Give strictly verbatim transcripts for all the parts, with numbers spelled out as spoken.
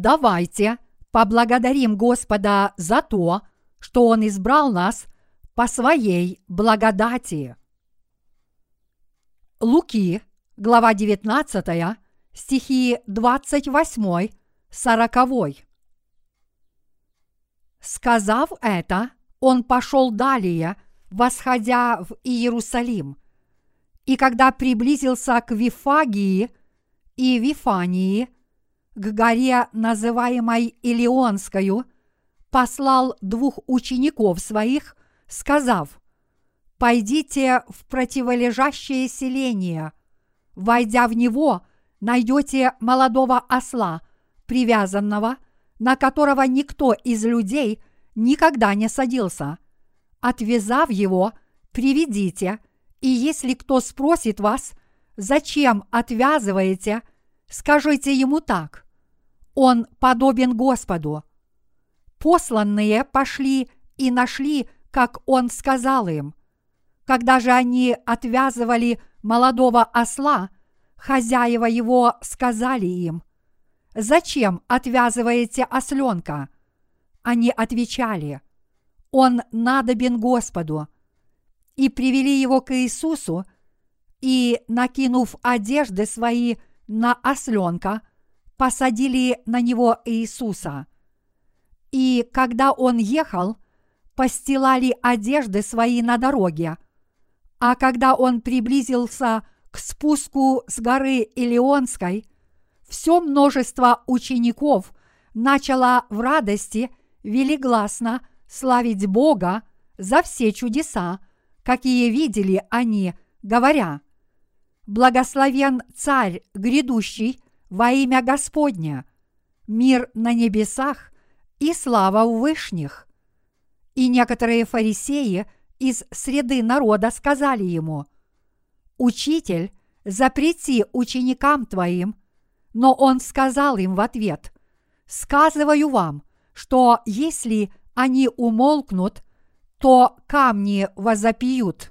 Давайте поблагодарим Господа за то, что Он избрал нас по Своей благодати. Луки, глава девятнадцатая, стихи двадцать восемь, сорок. Сказав это, он пошел далее, восходя в Иерусалим. И когда приблизился к Вифагии и Вифании, к горе, называемой Илионскою, послал двух учеников своих, сказав: «Пойдите в противолежащее селение. Войдя в него, найдете молодого осла, привязанного, на которого никто из людей никогда не садился. Отвязав его, приведите, и если кто спросит вас, зачем отвязываете, скажите ему так: он подобен Господу». Посланные пошли и нашли, как он сказал им. Когда же они отвязывали молодого осла, хозяева его сказали им: «Зачем отвязываете осленка?» Они отвечали: «Он надобен Господу». И привели его к Иисусу, и, накинув одежды свои на осленка, посадили на него Иисуса. И когда он ехал, постилали одежды свои на дороге. А когда он приблизился к спуску с горы Илионской, все множество учеников начало в радости велигласно славить Бога за все чудеса, какие видели они, говоря: «Благословен Царь грядущий во имя Господня, мир на небесах и слава в вышних». И некоторые фарисеи из среды народа сказали ему: «Учитель, запрети ученикам твоим». Но он сказал им в ответ: «Сказываю вам, что если они умолкнут, то камни возопьют».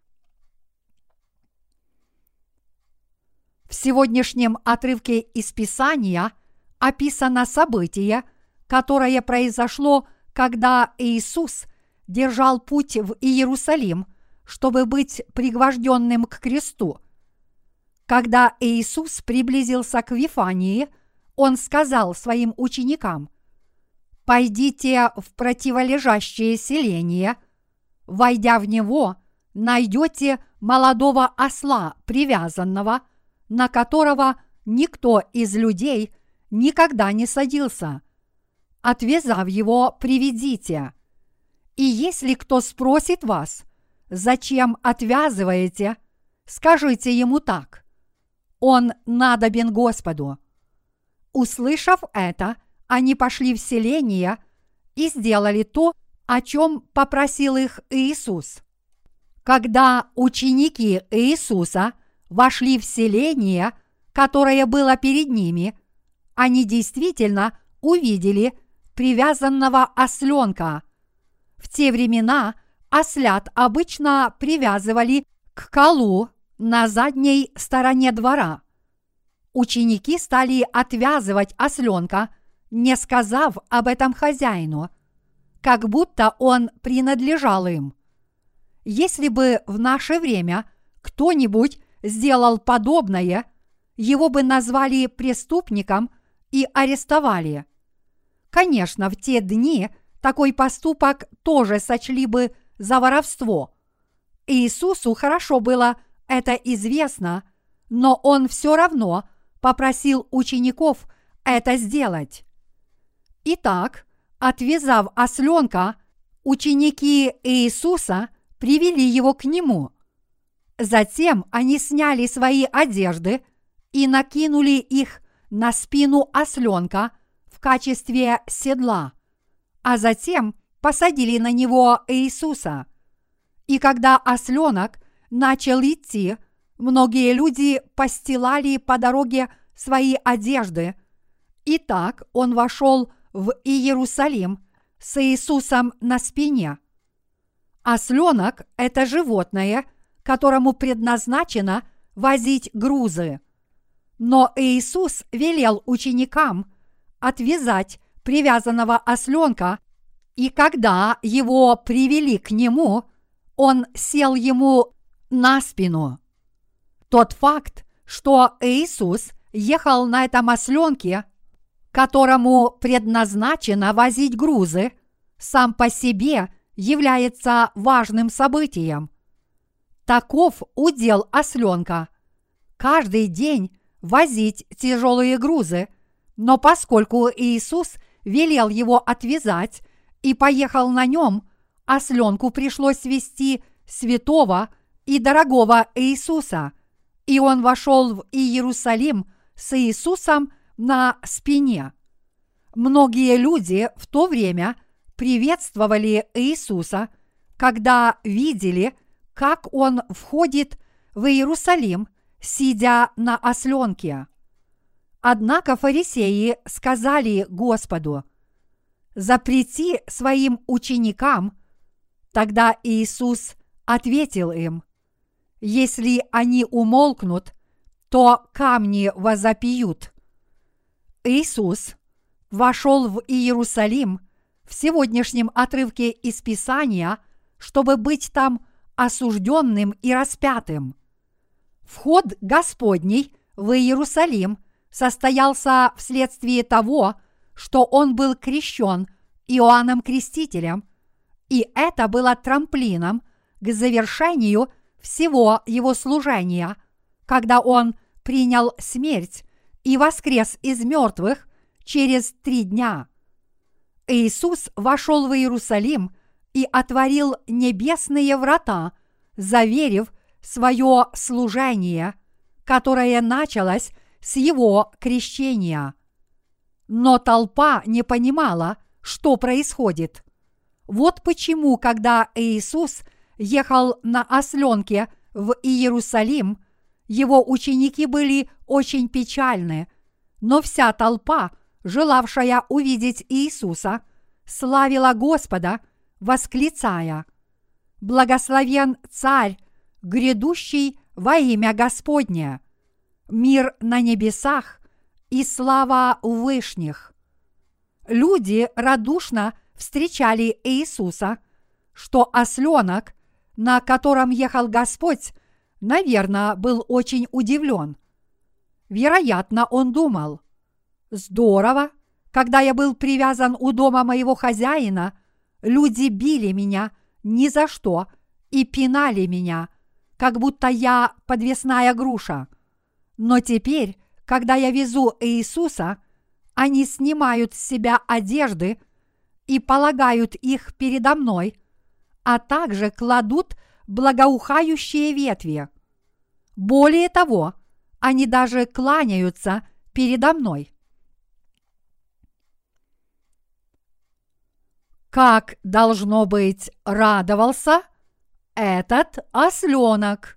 В сегодняшнем отрывке из Писания описано событие, которое произошло, когда Иисус держал путь в Иерусалим, чтобы быть пригвожденным к кресту. Когда Иисус приблизился к Вифании, Он сказал своим ученикам: «Пойдите в противолежащее селение. Войдя в него, найдете молодого осла, привязанного, на которого никто из людей никогда не садился. Отвязав его, приведите. И если кто спросит вас, зачем отвязываете, скажите ему так: он надобен Господу». Услышав это, они пошли в селение и сделали то, о чем попросил их Иисус. Когда ученики Иисуса вошли в селение, которое было перед ними, они действительно увидели привязанного осленка. В те времена ослят обычно привязывали к колу на задней стороне двора. Ученики стали отвязывать осленка, не сказав об этом хозяину, как будто он принадлежал им. Если бы в наше время кто-нибудь сделал подобное, его бы назвали преступником и арестовали. Конечно, в те дни такой поступок тоже сочли бы за воровство. Иисусу хорошо было это известно, но Он все равно попросил учеников это сделать. Итак, отвязав осленка, ученики Иисуса привели его к Нему. Затем они сняли свои одежды и накинули их на спину осленка в качестве седла, а затем посадили на него Иисуса. И когда осленок начал идти, многие люди постилали по дороге свои одежды. И так он вошел в Иерусалим с Иисусом на спине. Осленок – это животное, которому предназначено возить грузы. Но Иисус велел ученикам отвязать привязанного осленка, и когда его привели к нему, он сел ему на спину. Тот факт, что Иисус ехал на этом осленке, которому предназначено возить грузы, сам по себе является важным событием. Таков удел осленка – каждый день возить тяжелые грузы, но поскольку Иисус велел его отвязать и поехал на нем, осленку пришлось везти святого и дорогого Иисуса, и он вошел в Иерусалим с Иисусом на спине. Многие люди в то время приветствовали Иисуса, когда видели, как он входит в Иерусалим, сидя на осленке. Однако фарисеи сказали Господу: «Запрети своим ученикам». Тогда Иисус ответил им: «Если они умолкнут, то камни возопьют». Иисус вошел в Иерусалим в сегодняшнем отрывке из Писания, чтобы быть там осужденным и распятым. Вход Господний в Иерусалим состоялся вследствие того, что он был крещен Иоанном Крестителем, и это было трамплином к завершению всего его служения, когда он принял смерть и воскрес из мертвых через три дня. Иисус вошел в Иерусалим и отворил небесные врата, заверив свое служение, которое началось с его крещения. Но толпа не понимала, что происходит. Вот почему, когда Иисус ехал на осленке в Иерусалим, его ученики были очень печальны, но вся толпа, желавшая увидеть Иисуса, славила Господа, восклицая: «Благословен Царь, грядущий во имя Господне! Мир на небесах и слава в вышних!» Люди радушно встречали Иисуса, что осленок, на котором ехал Господь, наверное, был очень удивлен. Вероятно, он думал: «Здорово! Когда я был привязан у дома моего хозяина, люди били меня ни за что и пинали меня, как будто я подвесная груша. Но теперь, когда я везу Иисуса, они снимают с себя одежды и полагают их передо мной, а также кладут благоухающие ветви. Более того, они даже кланяются передо мной». Как, должно быть, радовался этот осленок!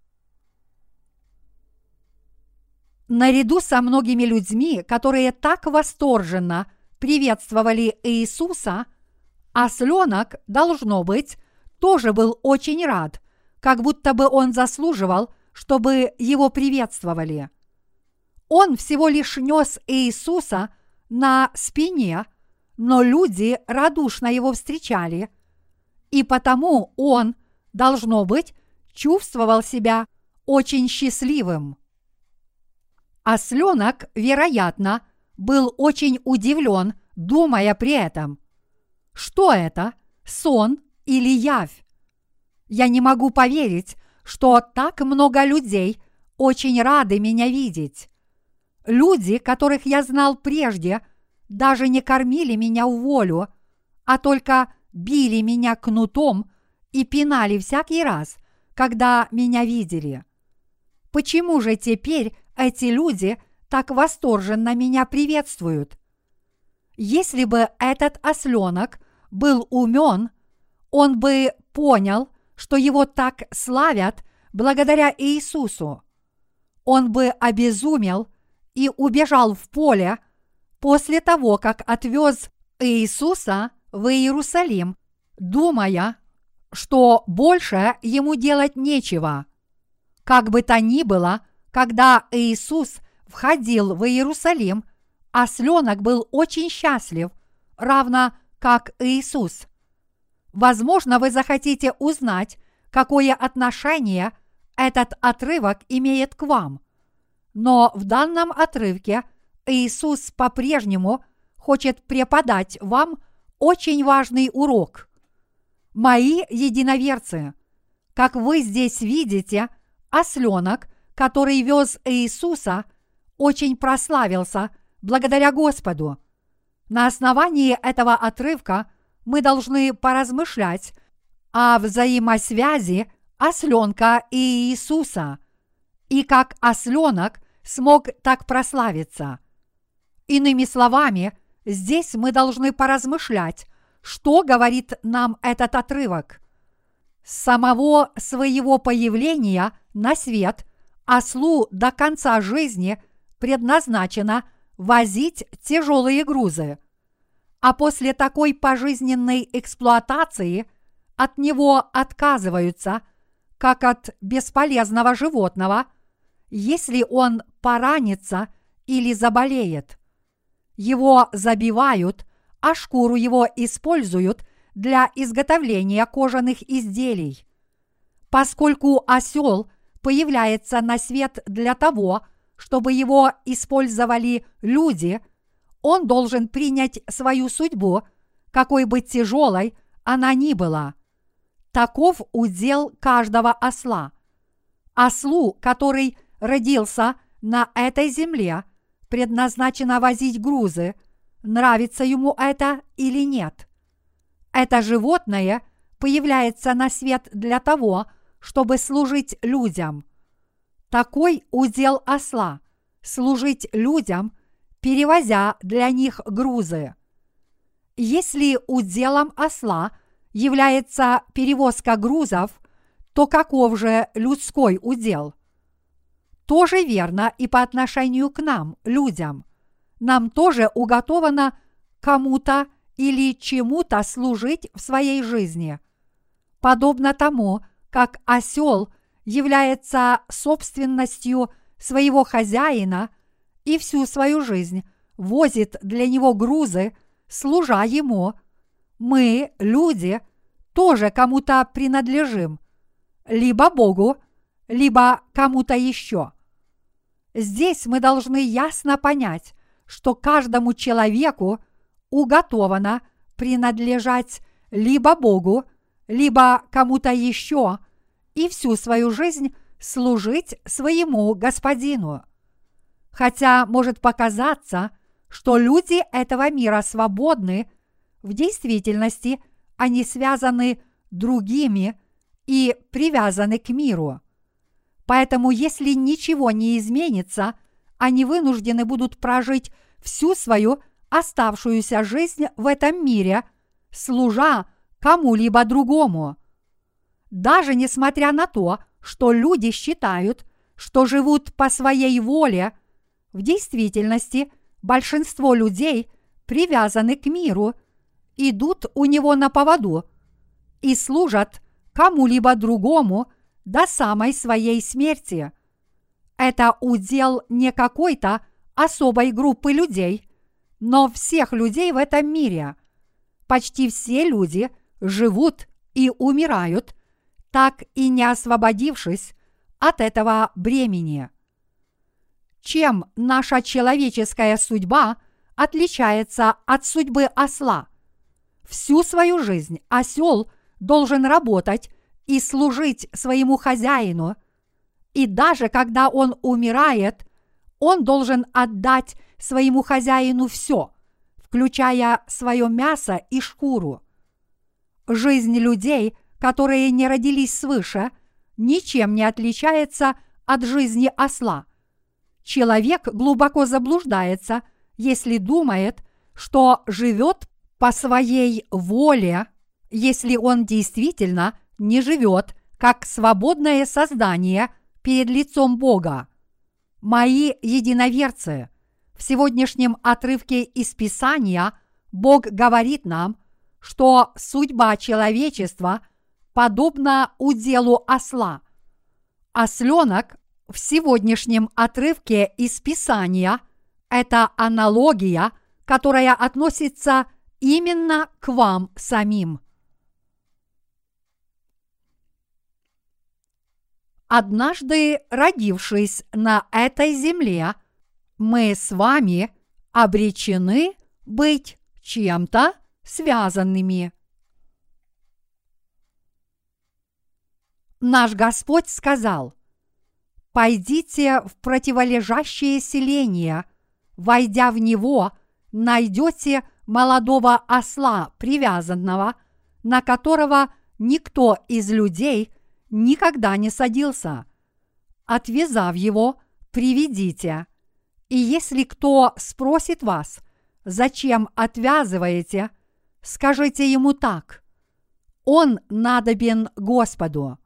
Наряду со многими людьми, которые так восторженно приветствовали Иисуса, осленок, должно быть, тоже был очень рад, как будто бы он заслуживал, чтобы его приветствовали. Он всего лишь нес Иисуса на спине, но люди радушно его встречали, и потому он, должно быть, чувствовал себя очень счастливым. Осленок, вероятно, был очень удивлен, думая при этом: что это, сон или явь? Я не могу поверить, что так много людей очень рады меня видеть. Люди, которых я знал прежде, даже не кормили меня в волю, а только били меня кнутом и пинали всякий раз, когда меня видели. Почему же теперь эти люди так восторженно меня приветствуют? Если бы этот осленок был умен, он бы понял, что его так славят благодаря Иисусу. Он бы обезумел и убежал в поле после того, как отвез Иисуса в Иерусалим, думая, что больше ему делать нечего. Как бы то ни было, когда Иисус входил в Иерусалим, осленок был очень счастлив, равно как и Иисус. Возможно, вы захотите узнать, какое отношение этот отрывок имеет к вам. Но в данном отрывке Иисус по-прежнему хочет преподать вам очень важный урок. Мои единоверцы, как вы здесь видите, осленок, который вез Иисуса, очень прославился благодаря Господу. На основании этого отрывка мы должны поразмышлять о взаимосвязи осленка и Иисуса, и как осленок смог так прославиться. Иными словами, здесь мы должны поразмышлять, что говорит нам этот отрывок. С самого своего появления на свет ослу до конца жизни предназначено возить тяжелые грузы, а после такой пожизненной эксплуатации от него отказываются, как от бесполезного животного, если он поранится или заболеет. Его забивают, а шкуру его используют для изготовления кожаных изделий. Поскольку осел появляется на свет для того, чтобы его использовали люди, он должен принять свою судьбу, какой бы тяжелой она ни была. Таков удел каждого осла. Ослу, который родился на этой земле, предназначено возить грузы, нравится ему это или нет. Это животное появляется на свет для того, чтобы служить людям. Такой удел осла – служить людям, перевозя для них грузы. Если уделом осла является перевозка грузов, то каков же людской удел? Тоже верно и по отношению к нам, людям. Нам тоже уготовано кому-то или чему-то служить в своей жизни. Подобно тому, как осел является собственностью своего хозяина и всю свою жизнь возит для него грузы, служа ему, мы, люди, тоже кому-то принадлежим, либо Богу, либо кому-то еще. Здесь мы должны ясно понять, что каждому человеку уготовано принадлежать либо Богу, либо кому-то еще, и всю свою жизнь служить своему Господину. Хотя может показаться, что люди этого мира свободны, в действительности они связаны другими и привязаны к миру. Поэтому, если ничего не изменится, они вынуждены будут прожить всю свою оставшуюся жизнь в этом мире, служа кому-либо другому. Даже несмотря на то, что люди считают, что живут по своей воле, в действительности большинство людей привязаны к миру, идут у него на поводу и служат кому-либо другому до самой своей смерти. Это удел не какой-то особой группы людей, но всех людей в этом мире. Почти все люди живут и умирают, так и не освободившись от этого бремени. Чем наша человеческая судьба отличается от судьбы осла? Всю свою жизнь осел должен работать и служить своему хозяину, и даже когда он умирает, он должен отдать своему хозяину все, включая свое мясо и шкуру. Жизнь людей, которые не родились свыше, ничем не отличается от жизни осла. Человек глубоко заблуждается, если думает, что живет по своей воле, если он действительно не живет как свободное создание перед лицом Бога. Мои единоверцы, в сегодняшнем отрывке из Писания Бог говорит нам, что судьба человечества подобна уделу осла. Осленок в сегодняшнем отрывке из Писания Это аналогия, которая относится именно к вам самим. Однажды, родившись на этой земле, мы с вами обречены быть чем-то связанными. Наш Господь сказал: «Пойдите в противолежащее селение, войдя в него, найдете молодого осла привязанного, на которого никто из людей никогда не садился. Отвязав его, приведите. И если кто спросит вас, зачем отвязываете, скажите ему так: он надобен Господу».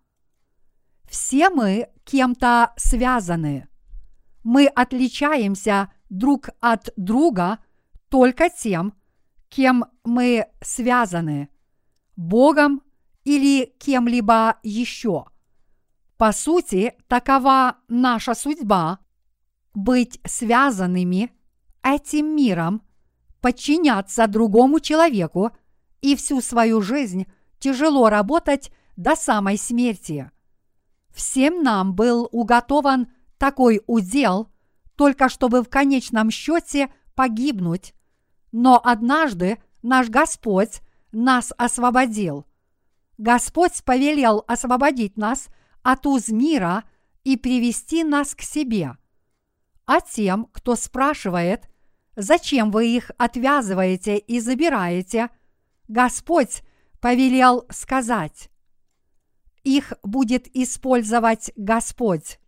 Все мы кем-то связаны. Мы отличаемся друг от друга только тем, кем мы связаны – Богом или кем-либо еще. По сути, такова наша судьба – быть связанными этим миром, подчиняться другому человеку и всю свою жизнь тяжело работать до самой смерти. Всем нам был уготован такой удел, только чтобы в конечном счете погибнуть, но однажды наш Господь нас освободил. Господь повелел освободить нас от уз мира и привести нас к себе. А тем, кто спрашивает, зачем вы их отвязываете и забираете, Господь повелел сказать: их будет использовать Господь.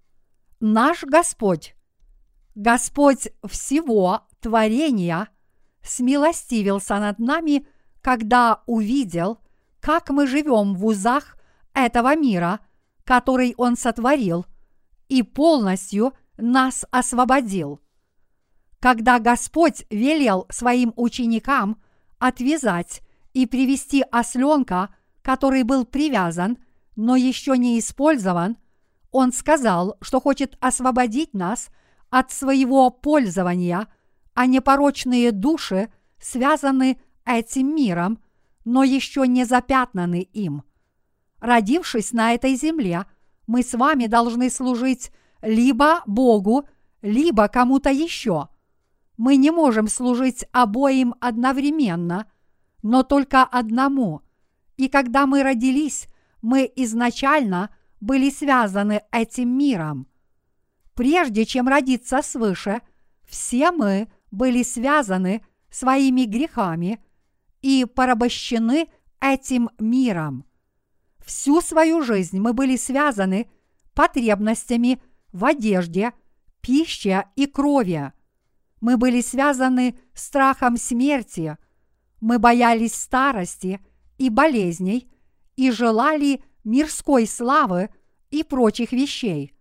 Наш Господь, Господь всего творения, смилостивился над нами, когда увидел, как мы живем в узах этого мира, который Он сотворил, и полностью нас освободил. Когда Господь велел своим ученикам отвязать и привести осленка, который был привязан, но еще не использован, Он сказал, что хочет освободить нас от своего пользования, а непорочные души связаны этим миром, но еще не запятнаны им. Родившись на этой земле, мы с вами должны служить либо Богу, либо кому-то еще. Мы не можем служить обоим одновременно, но только одному. И когда мы родились, мы изначально были связаны этим миром. Прежде чем родиться свыше, все мы были связаны своими грехами и порабощены этим миром. Всю свою жизнь мы были связаны потребностями в одежде, пище и крови. Мы были связаны страхом смерти, мы боялись старости и болезней и желали мирской славы и прочих вещей.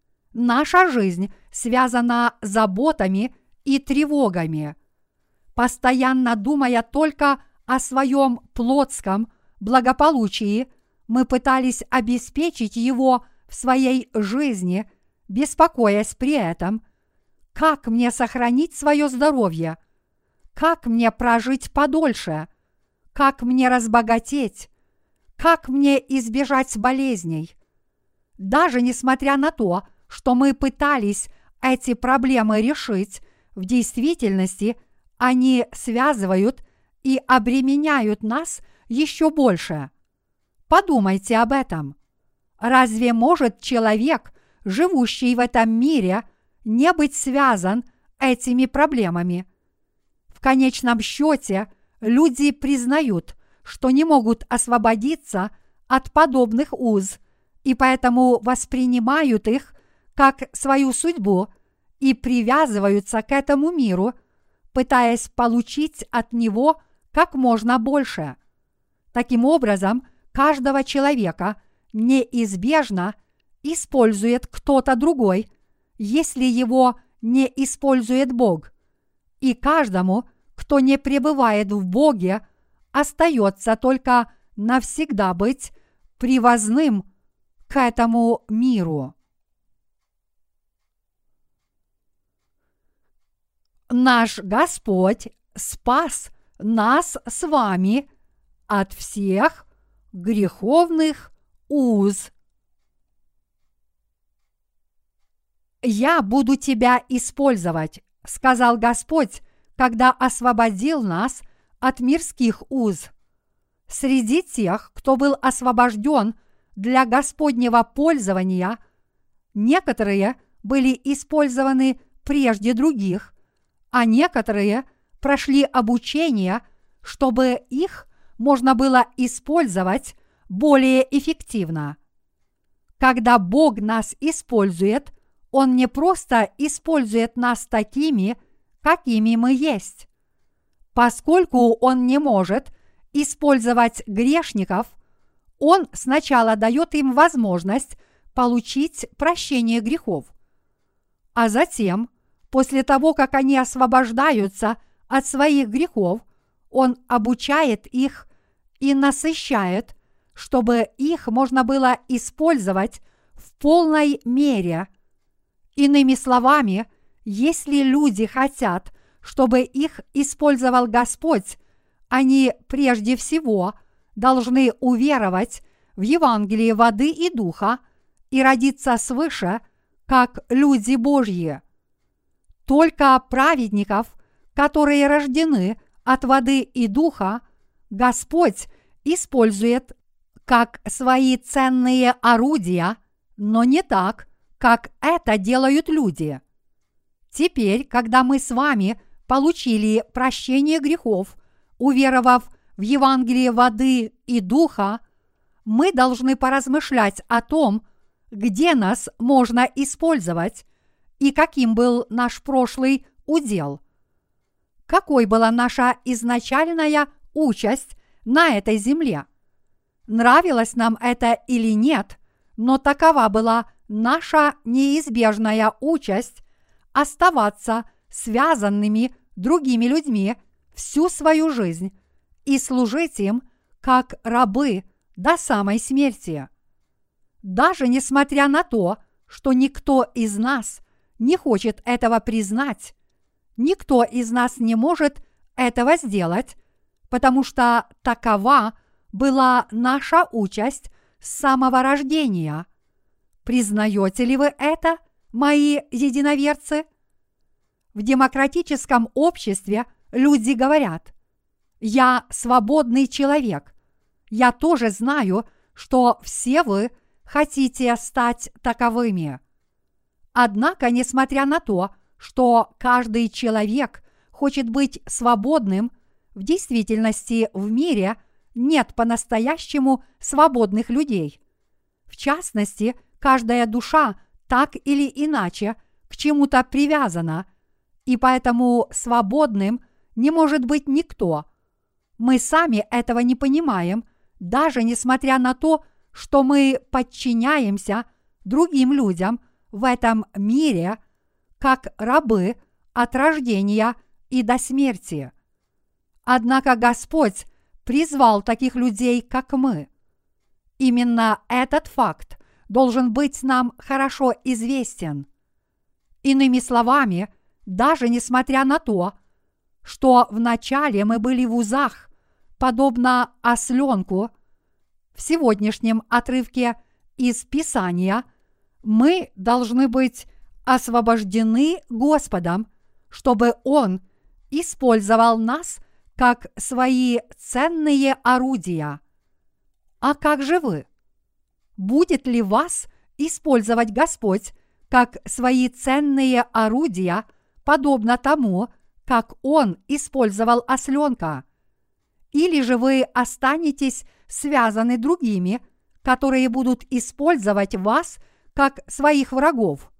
Наша жизнь связана заботами и тревогами. Постоянно думая только о своем плотском благополучии, мы пытались обеспечить его в своей жизни, беспокоясь при этом: как мне сохранить свое здоровье, как мне прожить подольше, как мне разбогатеть, как мне избежать болезней. Даже несмотря на то, что мы пытались эти проблемы решить, в действительности они связывают и обременяют нас еще больше. Подумайте об этом. Разве может человек, живущий в этом мире, не быть связан этими проблемами? В конечном счете, люди признают, что не могут освободиться от подобных уз, и поэтому воспринимают их как свою судьбу и привязываются к этому миру, пытаясь получить от него как можно больше. Таким образом, каждого человека неизбежно использует кто-то другой, если его не использует Бог. И каждому, кто не пребывает в Боге, остается только навсегда быть привязанным к этому миру. наш Господь спас нас с вами от всех греховных уз. «Я буду тебя использовать», — сказал Господь, когда освободил нас от мирских уз. Среди тех, кто был освобожден для Господнего пользования, некоторые были использованы прежде других, а некоторые прошли обучение, чтобы их можно было использовать более эффективно. Когда Бог нас использует, Он не просто использует нас такими, какими мы есть. Поскольку Он не может использовать грешников, Он сначала дает им возможность получить прощение грехов, а затем, после того, как они освобождаются от своих грехов, Он обучает их и насыщает, чтобы их можно было использовать в полной мере. Иными словами, если люди хотят, чтобы их использовал Господь, они прежде всего должны уверовать в Евангелие воды и духа и родиться свыше, как люди Божьи. Только праведников, которые рождены от воды и духа, Господь использует как свои ценные орудия, но не так, как это делают люди. Теперь, когда мы с вами получили прощение грехов, уверовав в Евангелие воды и духа, мы должны поразмышлять о том, где нас можно использовать и каким был наш прошлый удел. Какой была наша изначальная участь на этой земле? Нравилось нам это или нет, но такова была наша неизбежная участь оставаться связанными другими людьми всю свою жизнь и служить им как рабы до самой смерти. Даже несмотря на то, что никто из нас не хочет этого признать, никто из нас не может этого сделать, потому что такова была наша участь с самого рождения. Признаете ли вы это, мои единоверцы? В демократическом обществе люди говорят: «Я свободный человек. Я тоже знаю, что все вы хотите стать таковыми». Однако, несмотря на то, что каждый человек хочет быть свободным, в действительности в мире нет по-настоящему свободных людей. В частности, каждая душа так или иначе к чему-то привязана, и поэтому свободным не может быть никто. Мы сами этого не понимаем, даже несмотря на то, что мы подчиняемся другим людям в этом мире, как рабы от рождения и до смерти. Однако Господь призвал таких людей, как мы. Именно этот факт должен быть нам хорошо известен. Иными словами, даже несмотря на то, что вначале мы были в узах, подобно осленку, в сегодняшнем отрывке из Писания мы должны быть освобождены Господом, чтобы Он использовал нас как свои ценные орудия. А как же вы? Будет ли вас использовать Господь как свои ценные орудия, подобно тому, как Он использовал осленка? Или же вы останетесь связаны другими, которые будут использовать вас как своих врагов?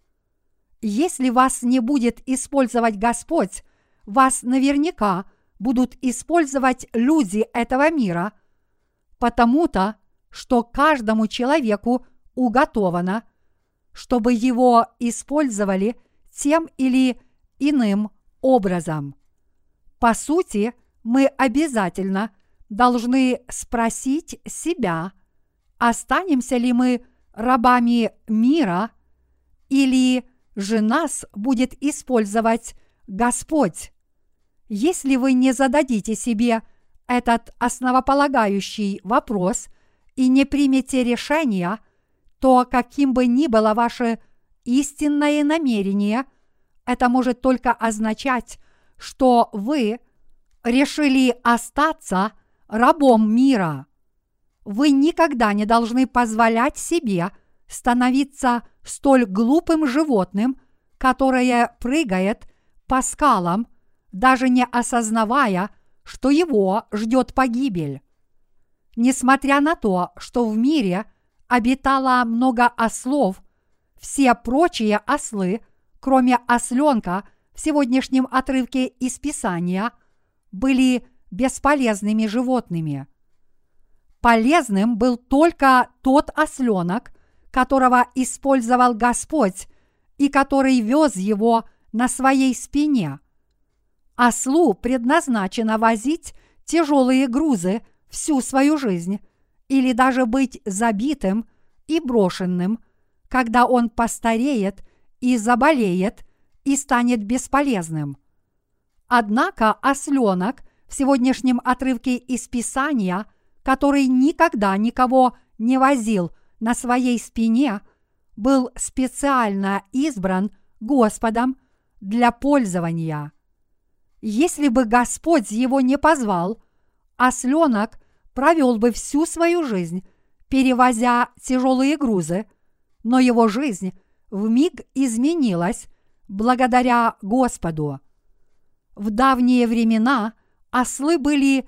Если вас не будет использовать Господь, вас наверняка будут использовать люди этого мира, потому-то, что каждому человеку уготовано, чтобы его использовали тем или иным образом. По сути, мы обязательно должны спросить себя, останемся ли мы рабами мира, или же нас будет использовать Господь. Если вы не зададите себе этот основополагающий вопрос и не примете решения, то каким бы ни было ваше истинное намерение, это может только означать, что вы решили остаться рабом мира. Вы никогда не должны позволять себе становиться столь глупым животным, которое прыгает по скалам, даже не осознавая, что его ждет погибель. Несмотря на то, что в мире обитало много ослов, все прочие ослы, кроме осленка в сегодняшнем отрывке из Писания, были бесполезными животными. Полезным был только тот осленок, которого использовал Господь и который вез его на своей спине. Ослу предназначено возить тяжелые грузы всю свою жизнь или даже быть забитым и брошенным, когда он постареет и заболеет и станет бесполезным. Однако осленок в сегодняшнем отрывке из Писания, который никогда никого не возил на своей спине, был специально избран Господом для пользования. Если бы Господь его не позвал, осленок провел бы всю свою жизнь, перевозя тяжелые грузы, но его жизнь вмиг изменилась благодаря Господу. В давние времена ослы были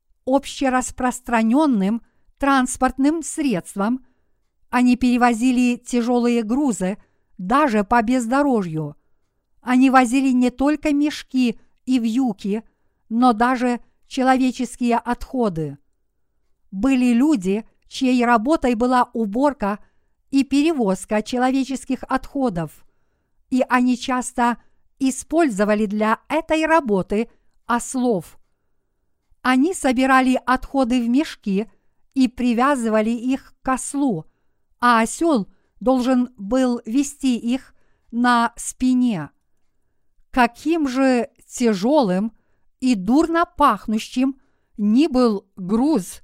общераспространенным транспортным средством. Они перевозили тяжелые грузы даже по бездорожью. Они возили не только мешки и вьюки, но даже человеческие отходы. Были люди, чьей работой была уборка и перевозка человеческих отходов, и они часто использовали для этой работы ослов. Они собирали отходы в мешки и привязывали их к ослу, а осел должен был вести их на спине. Каким же тяжелым и дурно пахнущим ни был груз,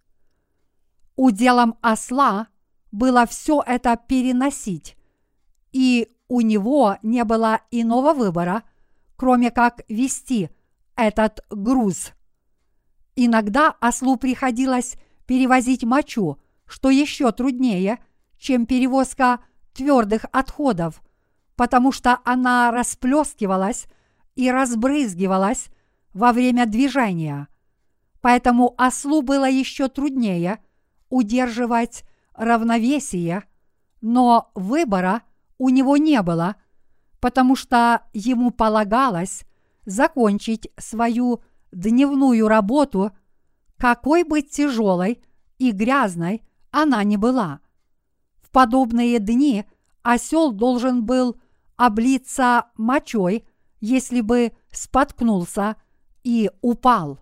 уделом осла было все это переносить, и у него не было иного выбора, кроме как вести этот груз. Иногда ослу приходилось перевозить мочу, что еще труднее, чем перевозка твердых отходов, потому что она расплескивалась и разбрызгивалась во время движения. Поэтому ослу было еще труднее удерживать равновесие, но выбора у него не было, потому что ему полагалось закончить свою дневную работу, какой бы тяжелой и грязной она ни была. В подобные дни осел должен был облиться мочой, если бы споткнулся и упал.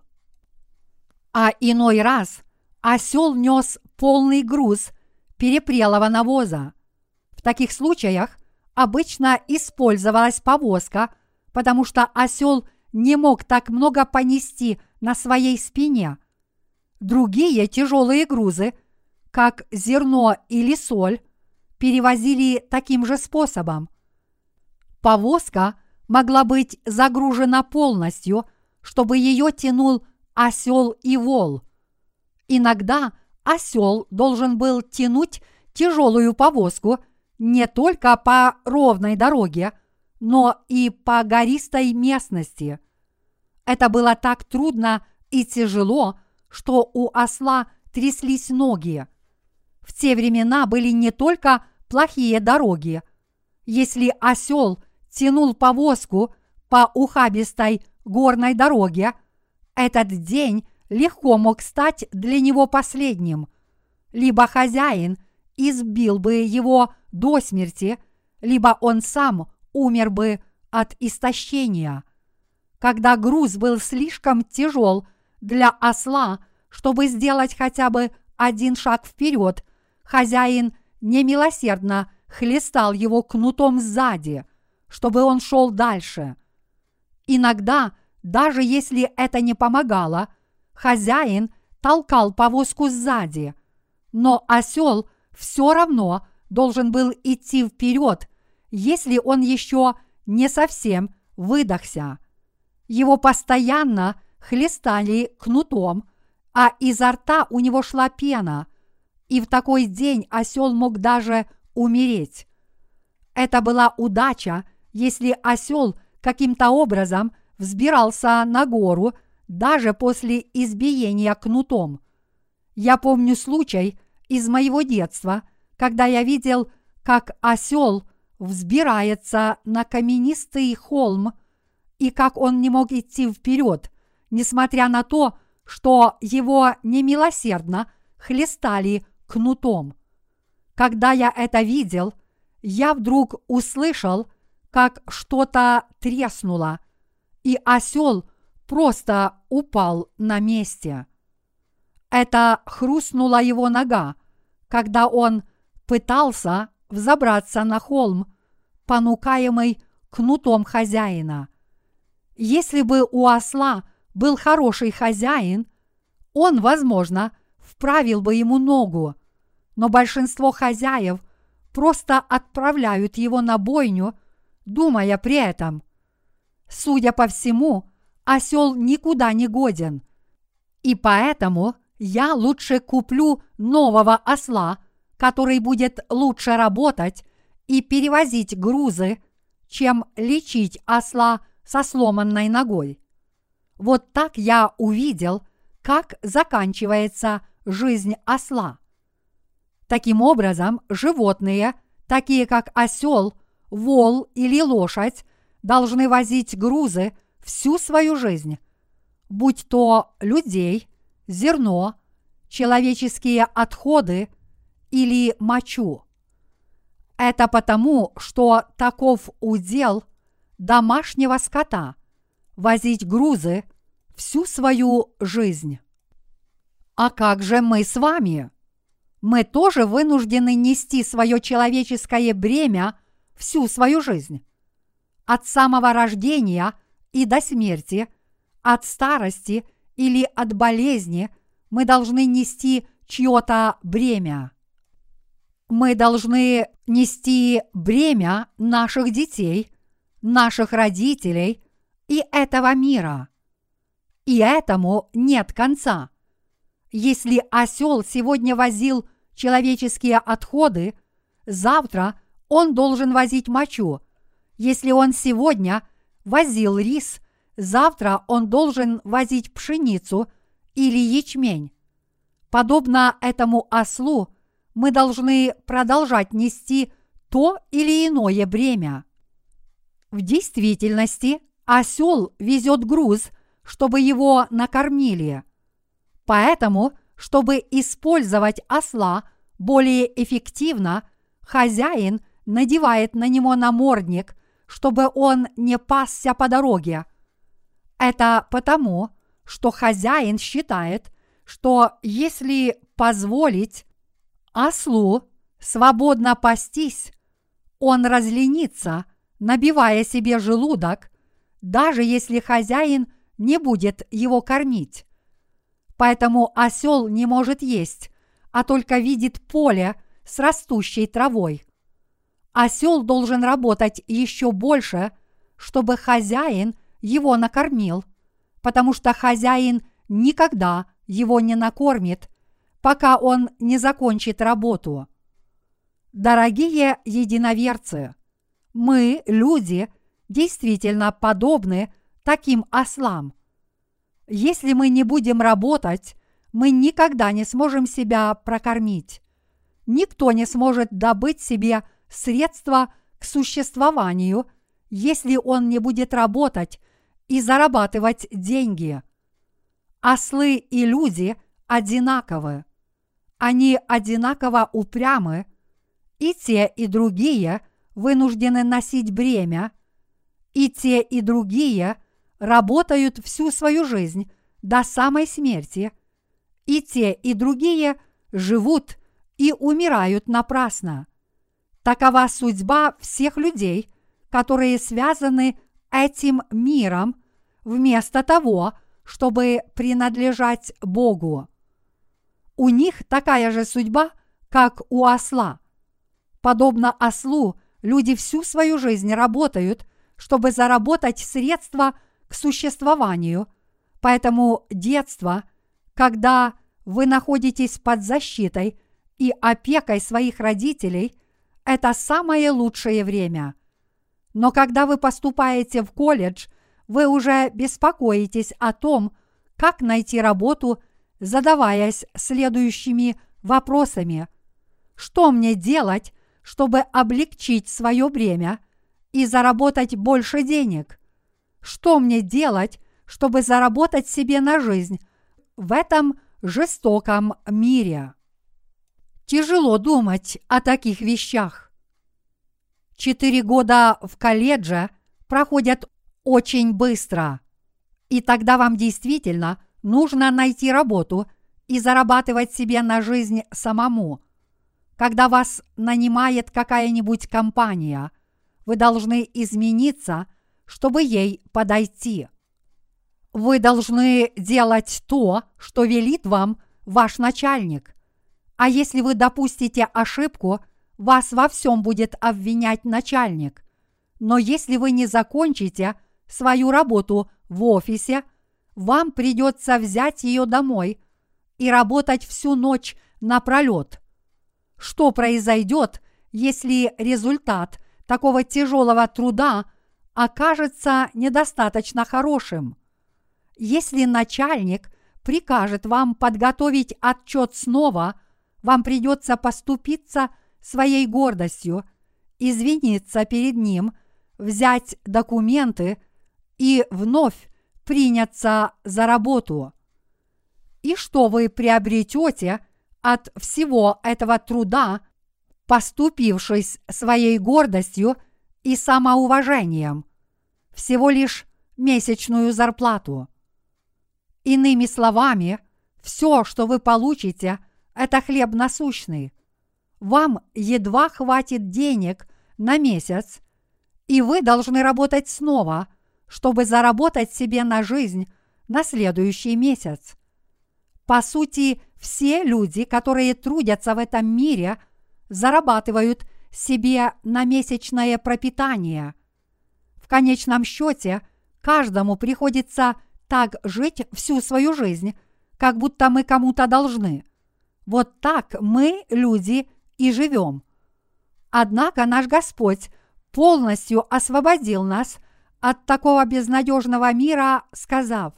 А иной раз осел нес полный груз перепрелого навоза. В таких случаях обычно использовалась повозка, потому что осел не мог так много понести на своей спине. Другие тяжелые грузы, как зерно или соль, перевозили таким же способом. Повозка могла быть загружена полностью, чтобы ее тянул осел и вол. Иногда осел должен был тянуть тяжелую повозку не только по ровной дороге, но и по гористой местности. Это было так трудно и тяжело, что у осла тряслись ноги. В те времена были не только плохие дороги. Если осел тянул повозку по ухабистой горной дороге, этот день легко мог стать для него последним. Либо хозяин избил бы его до смерти, либо он сам умер бы от истощения. Когда груз был слишком тяжел для осла, чтобы сделать хотя бы один шаг вперед, хозяин немилосердно хлестал его кнутом сзади, чтобы он шел дальше. Иногда, даже если это не помогало, хозяин толкал повозку сзади, но осел все равно должен был идти вперед, если он еще не совсем выдохся. Его постоянно хлестали кнутом, а изо рта у него шла пена, и в такой день осел мог даже умереть. Это была удача, если осел каким-то образом взбирался на гору даже после избиения кнутом. Я помню случай из моего детства, когда я видел, как осел взбирается на каменистый холм и как он не мог идти вперед, несмотря на то, что его немилосердно хлестали кнутом. Когда я это видел, я вдруг услышал, как что-то треснуло, и осел просто упал на месте. Это хрустнула его нога, когда он пытался взобраться на холм, понукаемый кнутом хозяина. Если бы у осла был хороший хозяин, он, возможно, вправил бы ему ногу, но большинство хозяев просто отправляют его на бойню, думая при этом: судя по всему, осел никуда не годен, и поэтому я лучше куплю нового осла, который будет лучше работать и перевозить грузы, чем лечить осла со сломанной ногой. Вот так я увидел, как заканчивается жизнь осла. Таким образом, животные, такие как осел, вол или лошадь, должны возить грузы всю свою жизнь, будь то людей, зерно, человеческие отходы или мочу. Это потому, что таков удел домашнего скота – возить грузы всю свою жизнь. А как же мы с вами? Мы тоже вынуждены нести свое человеческое бремя всю свою жизнь. От самого рождения и до смерти, от старости или от болезни мы должны нести чье-то бремя. Мы должны нести бремя наших детей, наших родителей и этого мира. И этому нет конца. Если осел сегодня возил человеческие отходы, завтра он должен возить мочу. Если он сегодня возил рис, завтра он должен возить пшеницу или ячмень. Подобно этому ослу, мы должны продолжать нести то или иное бремя. В действительности осел везет груз, чтобы его накормили. Поэтому, чтобы использовать осла более эффективно, хозяин надевает на него намордник, чтобы он не пасся по дороге. Это потому, что хозяин считает, что если позволить ослу свободно пастись, он разленится, набивая себе желудок, даже если хозяин не будет его кормить. Поэтому осел не может есть, а только видит поле с растущей травой. Осел должен работать еще больше, чтобы хозяин его накормил, потому что хозяин никогда его не накормит, пока он не закончит работу. Дорогие единоверцы, мы, люди, действительно подобны таким ослам. Если мы не будем работать, мы никогда не сможем себя прокормить. Никто не сможет добыть себе средства к существованию, если он не будет работать и зарабатывать деньги. Ослы и люди одинаковы. Они одинаково упрямы, и те, и другие вынуждены носить бремя, и те, и другие работают всю свою жизнь до самой смерти, и те, и другие живут и умирают напрасно. Такова судьба всех людей, которые связаны этим миром вместо того, чтобы принадлежать Богу. У них такая же судьба, как у осла. Подобно ослу, люди всю свою жизнь работают, чтобы заработать средства к существованию. Поэтому детство, когда вы находитесь под защитой и опекой своих родителей, это самое лучшее время. Но когда вы поступаете в колледж, вы уже беспокоитесь о том, как найти работу, задаваясь следующими вопросами. Что мне делать, чтобы облегчить свое бремя и заработать больше денег? Что мне делать, чтобы заработать себе на жизнь в этом жестоком мире? Тяжело думать о таких вещах. Четыре года в колледже проходят очень быстро, и тогда вам действительно нужно найти работу и зарабатывать себе на жизнь самому. Когда вас нанимает какая-нибудь компания, вы должны измениться, чтобы ей подойти. Вы должны делать то, что велит вам ваш начальник. А если вы допустите ошибку, вас во всем будет обвинять начальник. Но если вы не закончите свою работу в офисе, вам придется взять ее домой и работать всю ночь напролет. Что произойдет, если результат такого тяжелого труда окажется недостаточно хорошим? Если начальник прикажет вам подготовить отчет снова, вам придется поступиться своей гордостью, извиниться перед ним, взять документы и вновь приняться за работу. И что вы приобретете от всего этого труда, поступившись своей гордостью и самоуважением? Всего лишь месячную зарплату. Иными словами, все, что вы получите, это хлеб насущный. Вам едва хватит денег на месяц, и вы должны работать снова, чтобы заработать себе на жизнь на следующий месяц. По сути, все люди, которые трудятся в этом мире, зарабатывают себе на месячное пропитание. В конечном счете, каждому приходится так жить всю свою жизнь, как будто мы кому-то должны. Вот так мы, люди, и живем. Однако наш Господь полностью освободил нас от такого безнадежного мира, сказав: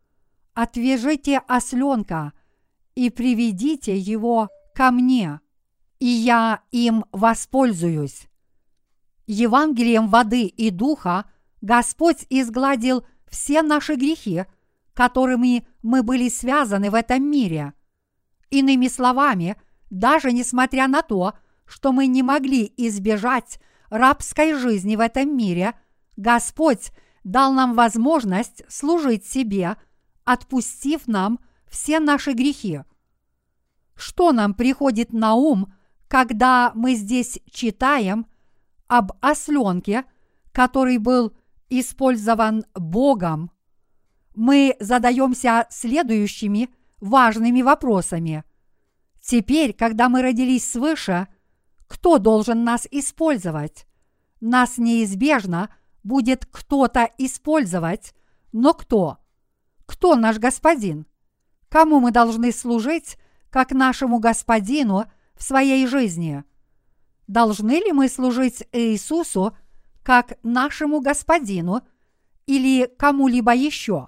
«Отвяжите осленка и приведите его ко мне, и я им воспользуюсь». Евангелием воды и духа Господь изгладил все наши грехи, которыми мы были связаны в этом мире. Иными словами, даже несмотря на то, что мы не могли избежать рабской жизни в этом мире, Господь дал нам возможность служить себе, отпустив нам все наши грехи. Что нам приходит на ум, когда мы здесь читаем об осленке, который был использован Богом? Мы задаемся следующими важными вопросами. Теперь, когда мы родились свыше, кто должен нас использовать? Нас неизбежно будет кто-то использовать, но кто? Кто наш Господин? Кому мы должны служить, как нашему Господину в своей жизни? Должны ли мы служить Иисусу, как нашему Господину, или кому-либо еще?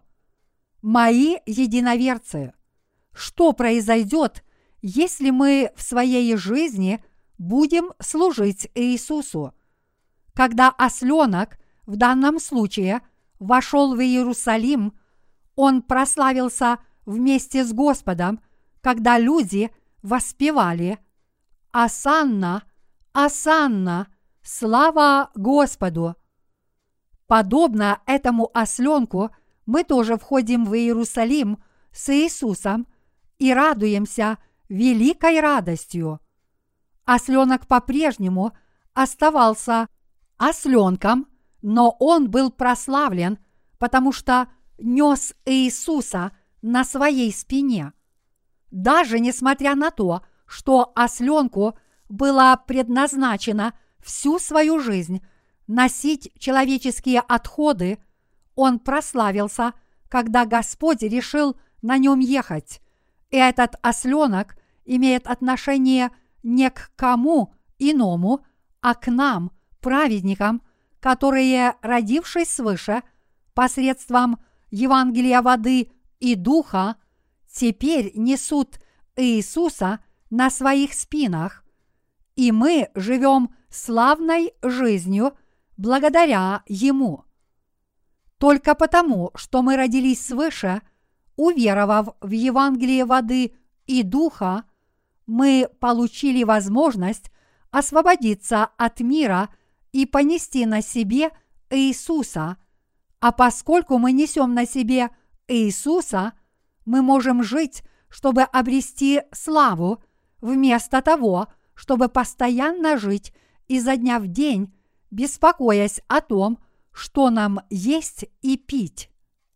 Мои единоверцы, что произойдет, если мы в своей жизни будем служить Иисусу? Когда осленок, в данном случае, вошел в Иерусалим, он прославился вместе с Господом, когда люди воспевали: «Осанна, осанна, слава Господу!» Подобно этому осленку, мы тоже входим в Иерусалим с Иисусом и радуемся великой радостью. Осленок по-прежнему оставался осленком, но он был прославлен, потому что нес Иисуса на своей спине. Даже несмотря на то, что осленку было предназначено всю свою жизнь носить человеческие отходы, он прославился, когда Господь решил на нем ехать. И этот осленок имеет отношение не к кому иному, а к нам, праведникам, которые, родившись свыше, посредством Евангелия воды и духа, теперь несут Иисуса на своих спинах, и мы живем славной жизнью благодаря Ему. Только потому, что мы родились свыше, уверовав в Евангелие воды и духа, мы получили возможность освободиться от мира и понести на себе Иисуса. А поскольку мы несем на себе Иисуса, мы можем жить, чтобы обрести славу, вместо того, чтобы постоянно жить изо дня в день, беспокоясь о том, что нам есть и пить.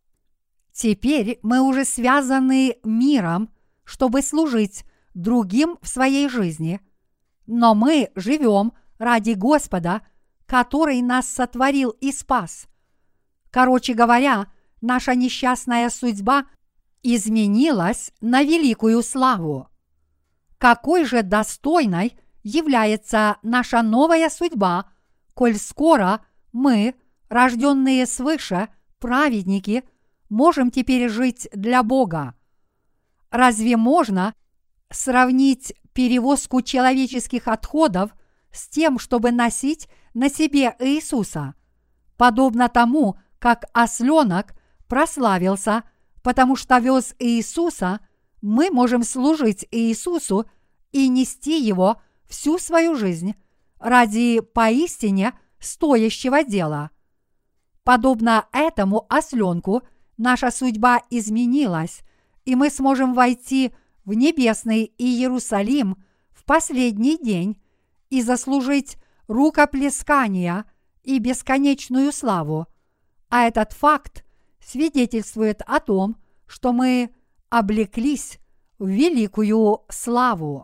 Теперь мы уже связаны миром, чтобы служить другим в своей жизни, но мы живем ради Господа, который нас сотворил и спас. Короче говоря, наша несчастная судьба изменилась на великую славу. Какой же достойной является наша новая судьба, коль скоро мы, рожденные свыше, праведники, можем теперь жить для Бога. Разве можно сравнить перевозку человеческих отходов с тем, чтобы носить на себе Иисуса? Подобно тому, как осленок прославился, потому что вез Иисуса, мы можем служить Иисусу и нести Его всю свою жизнь ради поистине стоящего дела. Подобно этому осленку, наша судьба изменилась, и мы сможем войти в небесный Иерусалим в последний день и заслужить рукоплескания и бесконечную славу. А этот факт свидетельствует о том, что мы облеклись в великую славу.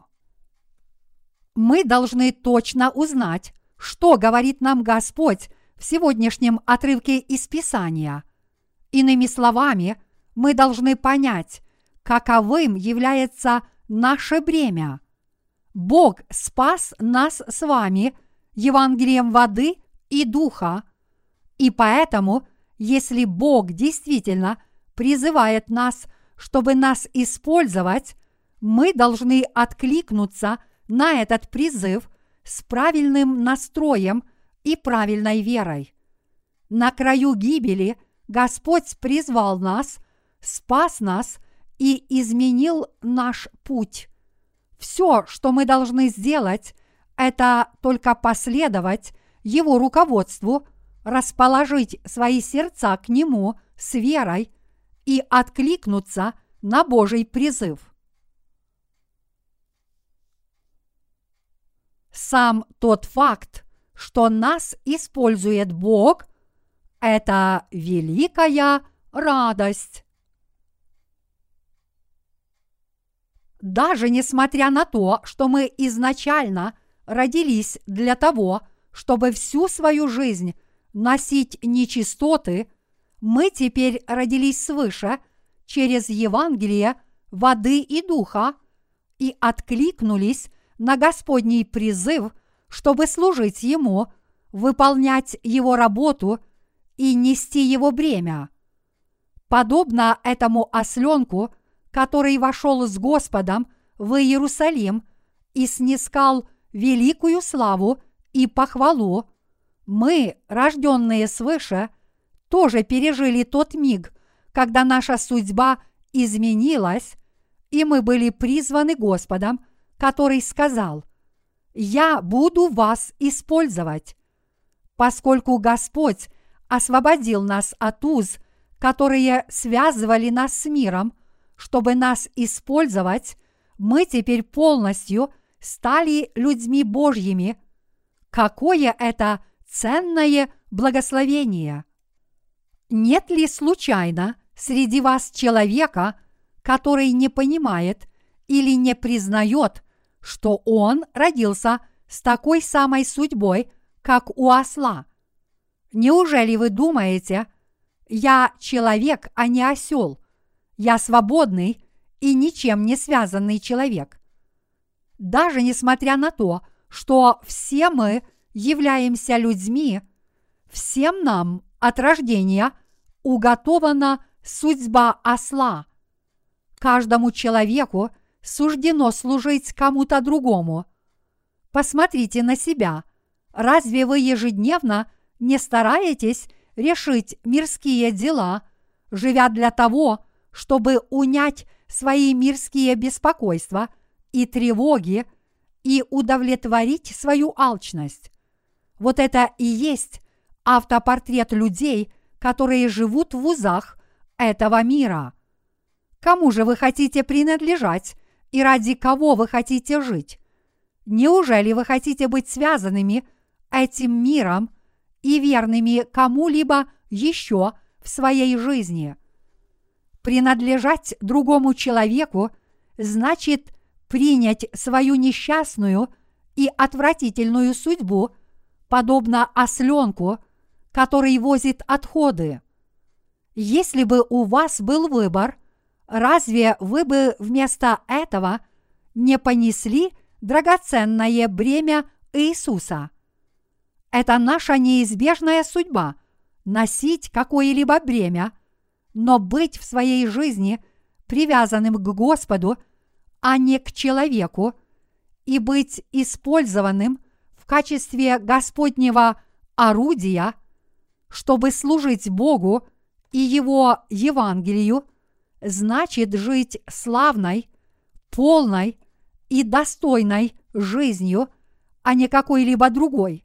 Мы должны точно узнать, что говорит нам Господь в сегодняшнем отрывке из Писания. Иными словами, мы должны понять, каковым является наше бремя. Бог спас нас с вами Евангелием воды и духа, и поэтому, если Бог действительно призывает нас, чтобы нас использовать, мы должны откликнуться на этот призыв с правильным настроем и правильной верой. На краю гибели Господь призвал нас, спас нас и изменил наш путь. Все, что мы должны сделать, это только последовать Его руководству, расположить свои сердца к Нему с верой и откликнуться на Божий призыв. Сам тот факт, что нас использует Бог, это великая радость. Даже несмотря на то, что мы изначально родились для того, чтобы всю свою жизнь носить нечистоты, мы теперь родились свыше через Евангелие воды и духа и откликнулись на Господний призыв, чтобы служить Ему, выполнять Его работу и нести Его бремя. Подобно этому осленку, который вошел с Господом в Иерусалим и снискал великую славу и похвалу, мы, рожденные свыше, тоже пережили тот миг, когда наша судьба изменилась, и мы были призваны Господом, который сказал: «Я буду вас использовать». Поскольку Господь освободил нас от уз, которые связывали нас с миром, чтобы нас использовать, мы теперь полностью стали людьми Божьими. Какое это ценное благословение! Нет ли случайно среди вас человека, который не понимает или не признает, что он родился с такой самой судьбой, как у осла? Неужели вы думаете, я человек, а не осел, я свободный и ничем не связанный человек? Даже несмотря на то, что все мы являемся людьми, всем нам от рождения уготована судьба осла. Каждому человеку суждено служить кому-то другому. Посмотрите на себя. Разве вы ежедневно не стараетесь решить мирские дела, живя для того, чтобы унять свои мирские беспокойства и тревоги и удовлетворить свою алчность? Вот это и есть автопортрет людей, которые живут в узах этого мира. Кому же вы хотите принадлежать и ради кого вы хотите жить? Неужели вы хотите быть связанными этим миром и верными кому-либо еще в своей жизни? Принадлежать другому человеку значит принять свою несчастную и отвратительную судьбу, подобно осленку, который возит отходы. Если бы у вас был выбор, разве вы бы вместо этого не понесли драгоценное бремя Иисуса? Это наша неизбежная судьба – носить какое-либо бремя, но быть в своей жизни привязанным к Господу, а не к человеку, и быть использованным в качестве Господнего орудия, чтобы служить Богу и Его Евангелию, значит жить славной, полной и достойной жизнью, а не какой-либо другой.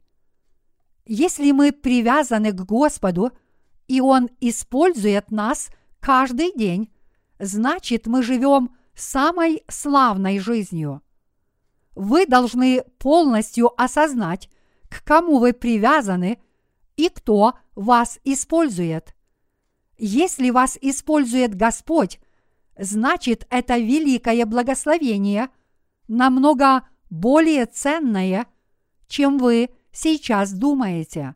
Если мы привязаны к Господу, и Он использует нас каждый день, значит мы живем самой славной жизнью. Вы должны полностью осознать, к кому вы привязаны и кто вас использует. Если вас использует Господь, значит это великое благословение, намного более ценное, чем вы сейчас думаете.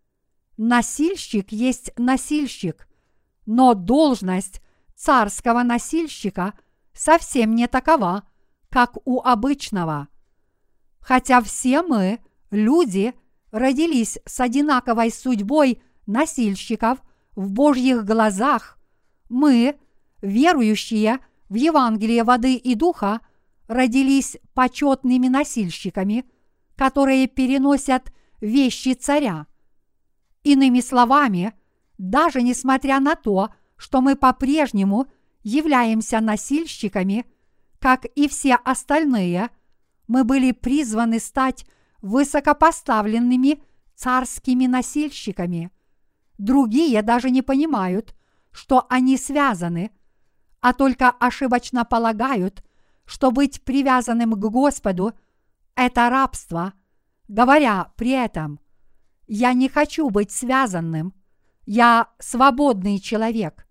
Насильщик есть насильщик, но должность царского насильщика совсем не такова, как у обычного. Хотя все мы, люди, родились с одинаковой судьбой насильщиков в Божьих глазах, мы, верующие в Евангелие воды и духа, родились почетными насильщиками, которые переносят вещи царя. Иными словами, даже несмотря на то, что мы по-прежнему являемся насильщиками, как и все остальные, мы были призваны стать высокопоставленными царскими насильщиками. Другие даже не понимают, что они связаны, а только ошибочно полагают, что быть привязанным к Господу – это рабство, говоря при этом: «Я не хочу быть связанным, я свободный человек».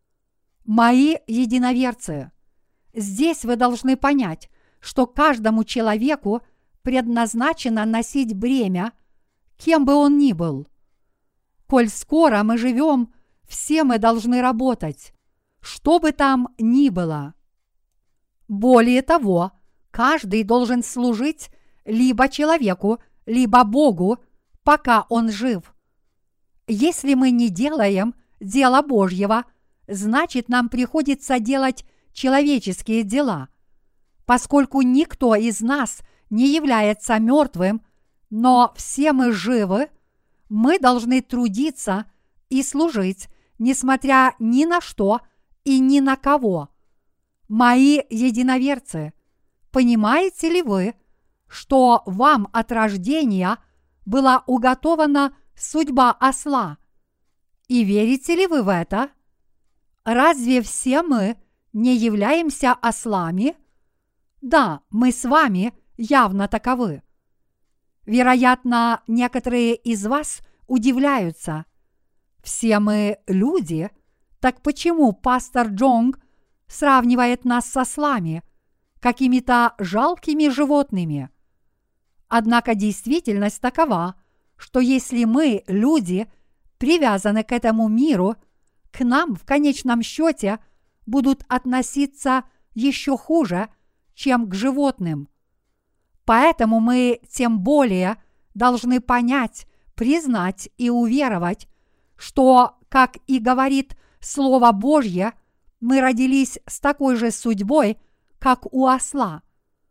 Мои единоверцы, здесь вы должны понять, что каждому человеку предназначено носить бремя, кем бы он ни был. Коль скоро мы живем, все мы должны работать, что бы там ни было. Более того, каждый должен служить либо человеку, либо Богу, пока он жив. Если мы не делаем дела Божьего, значит, нам приходится делать человеческие дела. Поскольку никто из нас не является мертвым, но все мы живы, мы должны трудиться и служить, несмотря ни на что и ни на кого. Мои единоверцы, понимаете ли вы, что вам от рождения была уготована судьба осла? И верите ли вы в это? Разве все мы не являемся ослами? Да, мы с вами явно таковы. Вероятно, некоторые из вас удивляются. Все мы люди, Так почему пастор Джонг сравнивает нас с ослами, какими-то жалкими животными? Однако действительность такова, что если мы, люди, привязаны к этому миру, к нам в конечном счете будут относиться еще хуже, чем к животным. Поэтому мы тем более должны понять, признать и уверовать, что, как и говорит Слово Божье, мы родились с такой же судьбой, как у осла.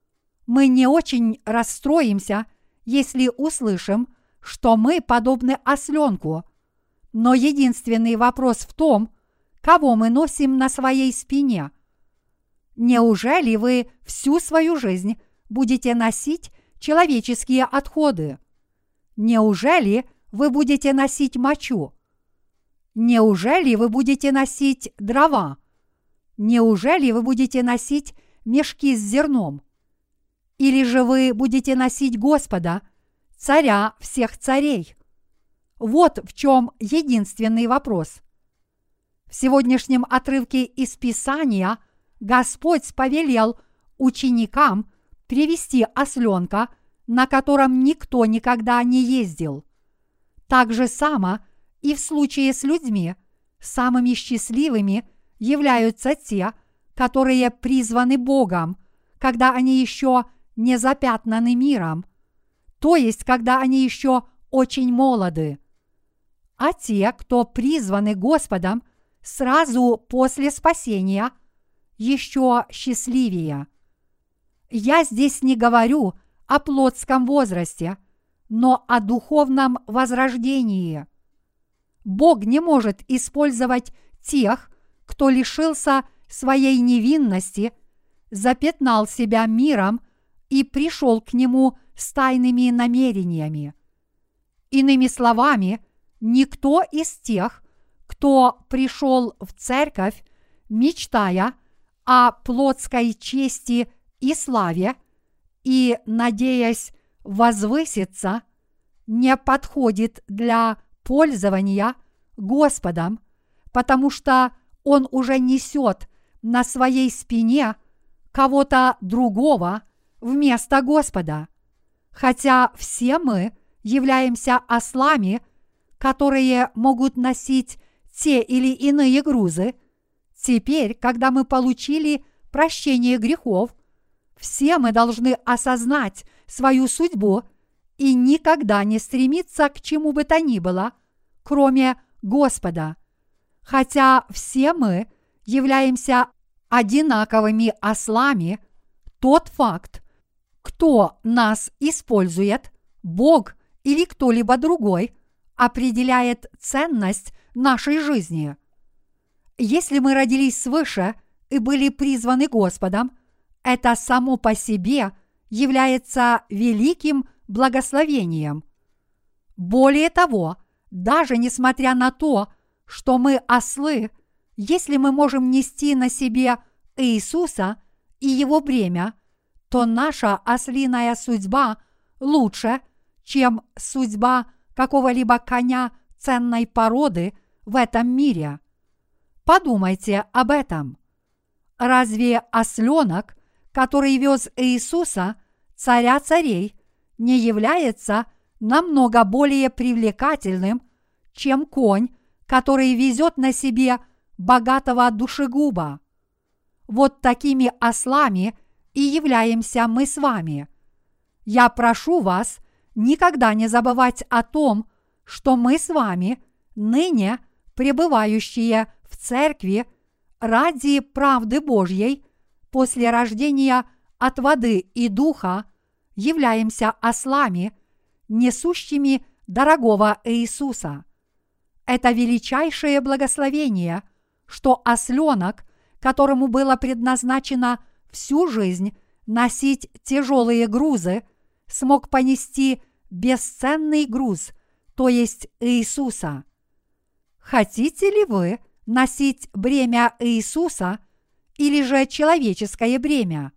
Мы не очень расстроимся, если услышим, что мы подобны осленку, но единственный вопрос в том, кого мы носим на своей спине. Неужели вы всю свою жизнь будете носить человеческие отходы? Неужели вы будете носить мочу? Неужели вы будете носить дрова? Неужели вы будете носить мешки с зерном? Или же вы будете носить Господа, царя всех царей? Вот в чем единственный вопрос. В сегодняшнем отрывке из Писания Господь повелел ученикам привести осленка, на котором никто никогда не ездил. Так же само и в случае с людьми, самыми счастливыми являются те, которые призваны Богом, когда они еще не запятнаны миром, то есть когда они еще очень молоды. А те, кто призваны Господом сразу после спасения, еще счастливее. Я здесь не говорю о плотском возрасте, но о духовном возрождении. Бог не может использовать тех, кто лишился своей невинности, запятнал себя миром и пришел к Нему с тайными намерениями. Иными словами, никто из тех, кто пришел в церковь, мечтая о плотской чести и славе и надеясь возвыситься, не подходит для пользования Господом, потому что он уже несет на своей спине кого-то другого вместо Господа, хотя все мы являемся ослами, которые могут носить те или иные грузы. Теперь, когда мы получили прощение грехов, все мы должны осознать свою судьбу и никогда не стремиться к чему бы то ни было, кроме Господа. Хотя все мы являемся одинаковыми ослами, тот факт, кто нас использует, Бог или кто-либо другой, определяет ценность нашей жизни. Если мы родились свыше и были призваны Господом, это само по себе является великим благословением. Более того, даже несмотря на то, что мы ослы, если мы можем нести на себе Иисуса и Его бремя, то наша ослиная судьба лучше, чем судьба какого-либо коня ценной породы в этом мире. Подумайте об этом. Разве осленок, который вез Иисуса, царя царей, не является намного более привлекательным, чем конь, который везет на себе богатого душегуба? Вот такими ослами и являемся мы с вами. Я прошу вас никогда не забывать о том, что мы с вами, ныне пребывающие в церкви ради правды Божьей, после рождения от воды и духа, являемся ослами, несущими дорогого Иисуса. Это величайшее благословение, что осленок, которому было предназначено всю жизнь носить тяжелые грузы, смог понести бесценный груз, то есть Иисуса. Хотите ли вы носить бремя Иисуса или же человеческое бремя?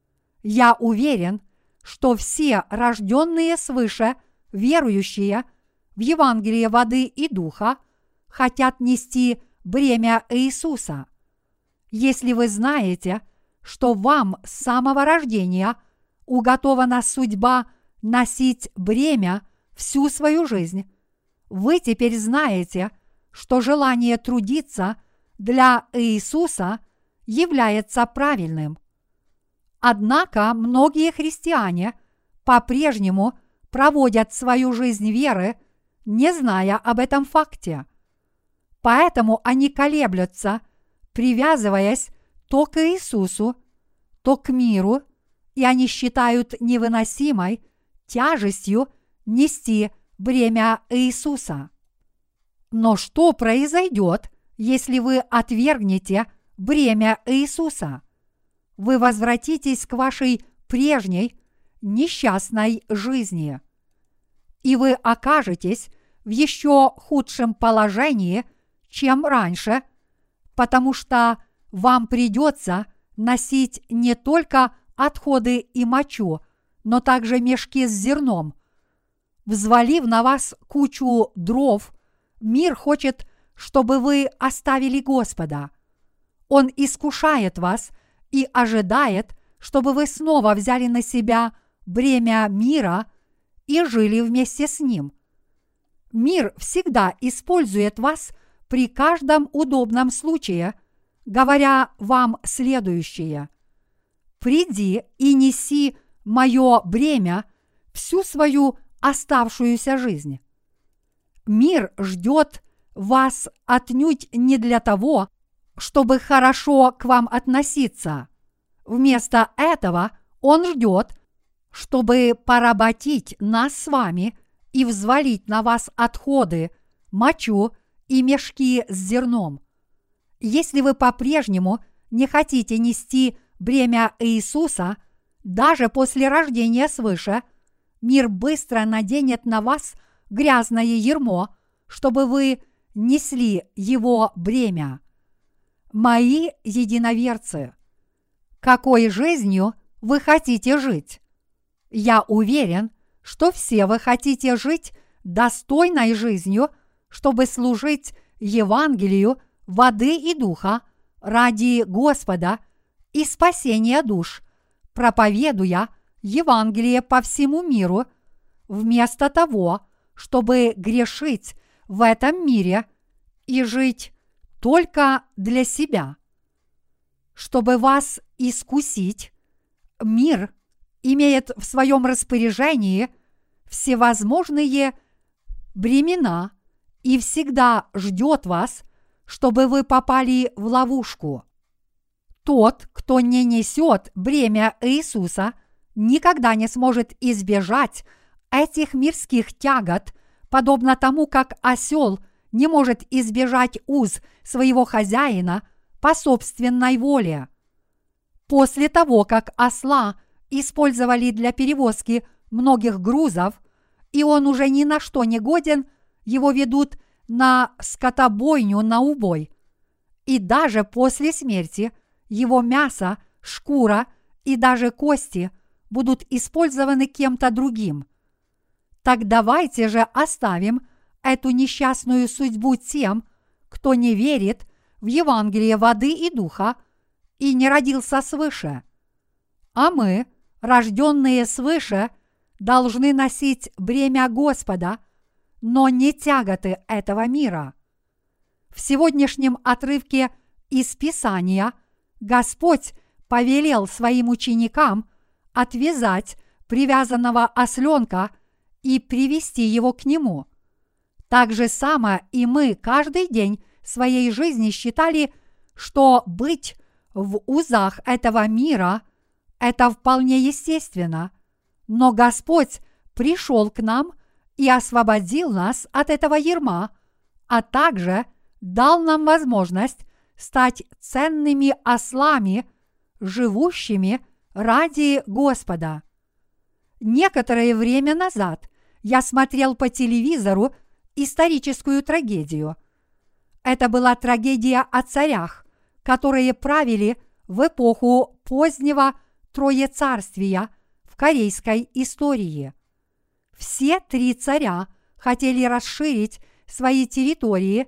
Я уверен, что все рожденные свыше верующие в Евангелие воды и духа хотят нести бремя Иисуса. Если вы знаете, что вам с самого рождения уготована судьба носить бремя всю свою жизнь, вы теперь знаете, что желание трудиться для Иисуса является правильным. Однако многие христиане по-прежнему проводят свою жизнь веры, не зная об этом факте. Поэтому они колеблются, привязываясь то к Иисусу, то к миру, и они считают невыносимой тяжестью нести бремя Иисуса. Но что произойдет, если вы отвергнете бремя Иисуса? Вы возвратитесь к вашей прежней несчастной жизни, и вы окажетесь в еще худшем положении, чем раньше, потому что вам придется носить не только отходы и мочу, но также мешки с зерном. Взвалив на вас кучу дров, мир хочет, чтобы вы оставили Господа. Он искушает вас и ожидает, чтобы вы снова взяли на себя бремя мира и жили вместе с ним. Мир всегда использует вас при каждом удобном случае, говоря вам следующее: «Приди и неси мое бремя всю свою оставшуюся жизнь». Мир ждет вас отнюдь не для того, чтобы хорошо к вам относиться. Вместо этого он ждет, чтобы поработить нас с вами и взвалить на вас отходы, мочу и мешки с зерном. Если вы по-прежнему не хотите нести бремя Иисуса, даже после рождения свыше, мир быстро наденет на вас грязное ярмо, чтобы вы несли его бремя. Мои единоверцы, какой жизнью вы хотите жить? Я уверен, что все вы хотите жить достойной жизнью, чтобы служить Евангелию воды и духа ради Господа и спасения душ, проповедуя Евангелие по всему миру, вместо того, чтобы грешить в этом мире и жить только для себя. Чтобы вас искусить, мир имеет в своем распоряжении всевозможные бремена и всегда ждет вас, чтобы вы попали в ловушку. Тот, кто не несет бремя Иисуса, никогда не сможет избежать этих мирских тягот, подобно тому, как осел не может избежать уз своего хозяина по собственной воле. После того, как осла использовали для перевозки многих грузов, и он уже ни на что не годен, его ведут на скотобойню на убой. И даже после смерти его мясо, шкура и даже кости будут использованы кем-то другим. Так давайте же оставим эту несчастную судьбу тем, кто не верит в Евангелие воды и духа и не родился свыше. А мы, рожденные свыше, должны носить бремя Господа, но не тяготы этого мира. В сегодняшнем отрывке из Писания Господь повелел своим ученикам отвязать привязанного осленка и привести его к нему. Так же само и мы каждый день своей жизни считали, что быть в узах этого мира – это вполне естественно, но Господь пришел к нам и освободил нас от этого ярма, а также дал нам возможность стать ценными ослами, живущими ради Господа. Некоторое время назад я смотрел по телевизору историческую трагедию. Это была трагедия о царях, которые правили в эпоху позднего Троецарствия в корейской истории. Все три царя хотели расширить свои территории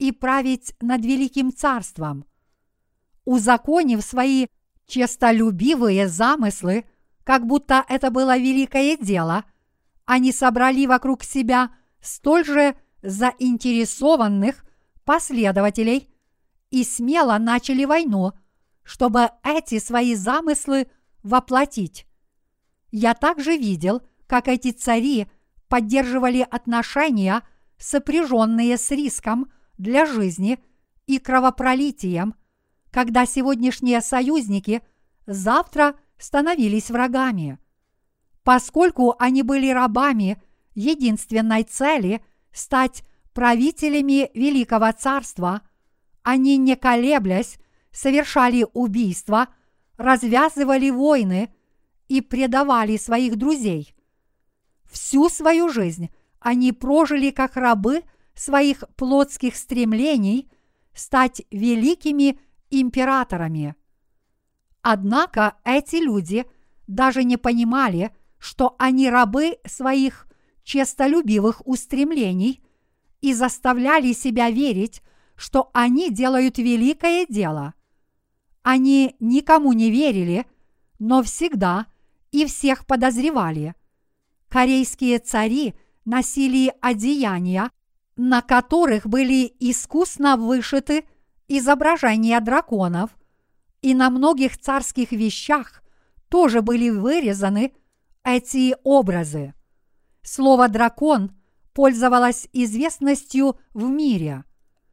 и править над великим царством. Узаконив свои честолюбивые замыслы, как будто это было великое дело, они собрали вокруг себя столь же заинтересованных последователей и смело начали войну, чтобы эти свои замыслы воплотить. Я также видел, как эти цари поддерживали отношения, сопряженные с риском для жизни и кровопролитием, когда сегодняшние союзники завтра становились врагами. Поскольку они были рабами единственной цели стать правителями Великого Царства, они, не колеблясь, совершали убийства, развязывали войны и предавали своих друзей. Всю свою жизнь они прожили как рабы своих плотских стремлений стать великими императорами. Однако эти люди даже не понимали, что они рабы своих честолюбивых устремлений и заставляли себя верить, что они делают великое дело. Они никому не верили, но всегда и всех подозревали. Корейские цари носили одеяния, на которых были искусно вышиты изображения драконов, и на многих царских вещах тоже были вырезаны эти образы. Слово «дракон» пользовалось известностью в мире.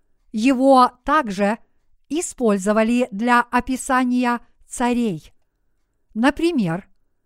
Его также использовали для описания царей. Например,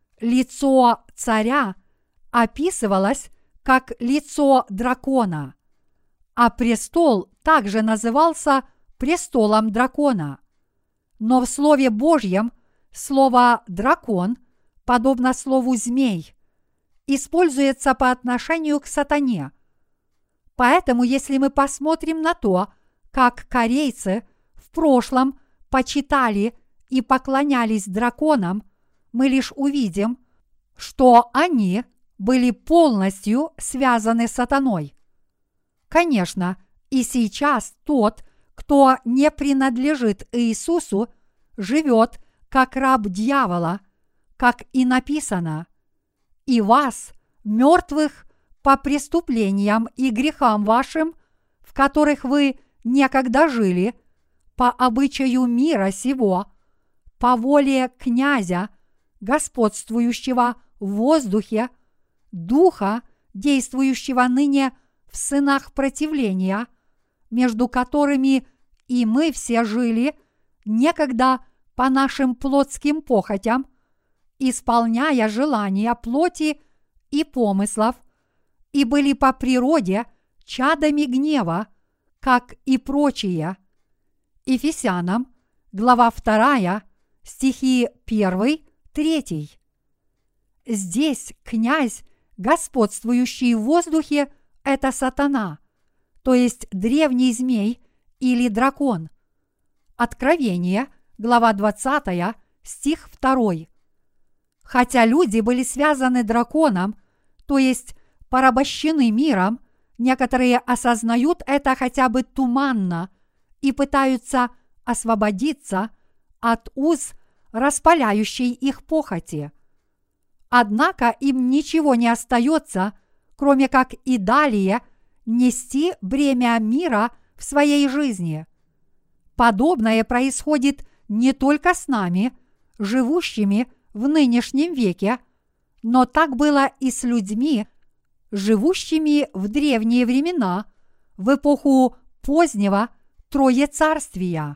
лицо царя описывалось как лицо дракона, а престол также назывался престолом дракона. Но в Слове Божьем слово «дракон», подобно слову «змей», используется по отношению к сатане. Поэтому, если мы посмотрим на то, как корейцы в прошлом почитали и поклонялись драконам, мы лишь увидим, что они были полностью связаны с сатаной. Конечно, и сейчас тот, кто не принадлежит Иисусу, живет как раб дьявола, как и написано: «И вас, мертвых по преступлениям и грехам вашим, в которых вы некогда жили, по обычаю мира сего, по воле князя, господствующего в воздухе, духа, действующего ныне в сынах противления, между которыми и мы все жили, некогда по нашим плотским похотям, исполняя желания плоти и помыслов, и были по природе чадами гнева, как и прочие». Ефесянам, глава вторая, стихи первый, третий. Здесь князь, господствующий в воздухе, это сатана, то есть древний змей или дракон. Откровение, глава двадцатая, стих второй. Хотя люди были связаны драконом, то есть порабощены миром, некоторые осознают это хотя бы туманно и пытаются освободиться от уз, распаляющей их похоти. Однако им ничего не остается, кроме как и далее нести бремя мира в своей жизни. Подобное происходит не только с нами, живущими в нынешнем веке, но так было и с людьми, живущими в древние времена, в эпоху позднего Троецарствия.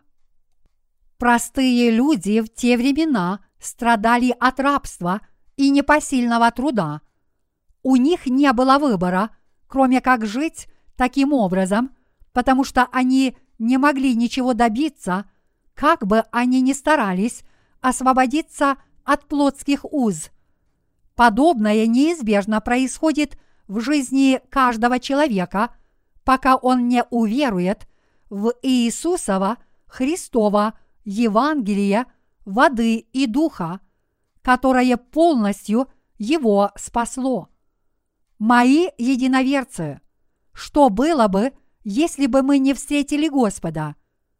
Простые люди в те времена страдали от рабства и непосильного труда. У них не было выбора, кроме как жить таким образом, потому что они не могли ничего добиться, как бы они ни старались освободиться от плотских уз. Подобное неизбежно происходит в жизни каждого человека, пока он не уверует в Иисусово Христово Евангелие воды и духа, которое полностью его спасло. Мои единоверцы, что было бы, если бы мы не встретили Господа.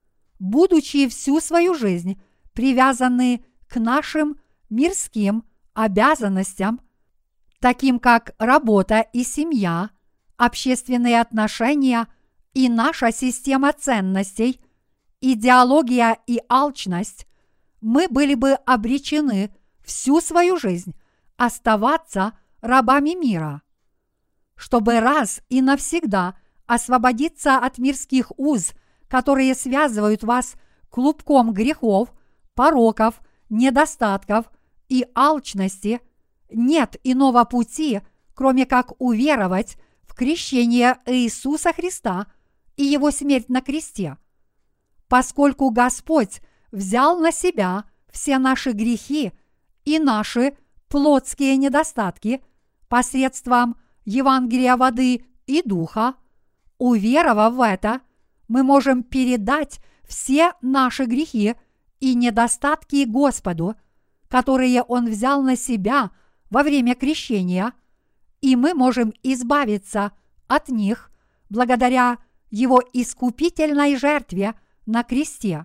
Будучи всю свою жизнь привязаны к нашим мирским обязанностям, таким как работа и семья, общественные отношения и наша система ценностей, идеология и алчность, мы были бы обречены всю свою жизнь оставаться рабами мира. Чтобы раз и навсегда освободиться от мирских уз, которые связывают вас клубком грехов, пороков, недостатков и алчности, нет иного пути, кроме как уверовать в крещение Иисуса Христа и Его смерть на кресте. Поскольку Господь взял на себя все наши грехи и наши плотские недостатки посредством Евангелия воды и духа, уверовав в это, мы можем передать все наши грехи и недостатки Господу, которые Он взял на себя во время крещения, и мы можем избавиться от них благодаря Его искупительной жертве на кресте.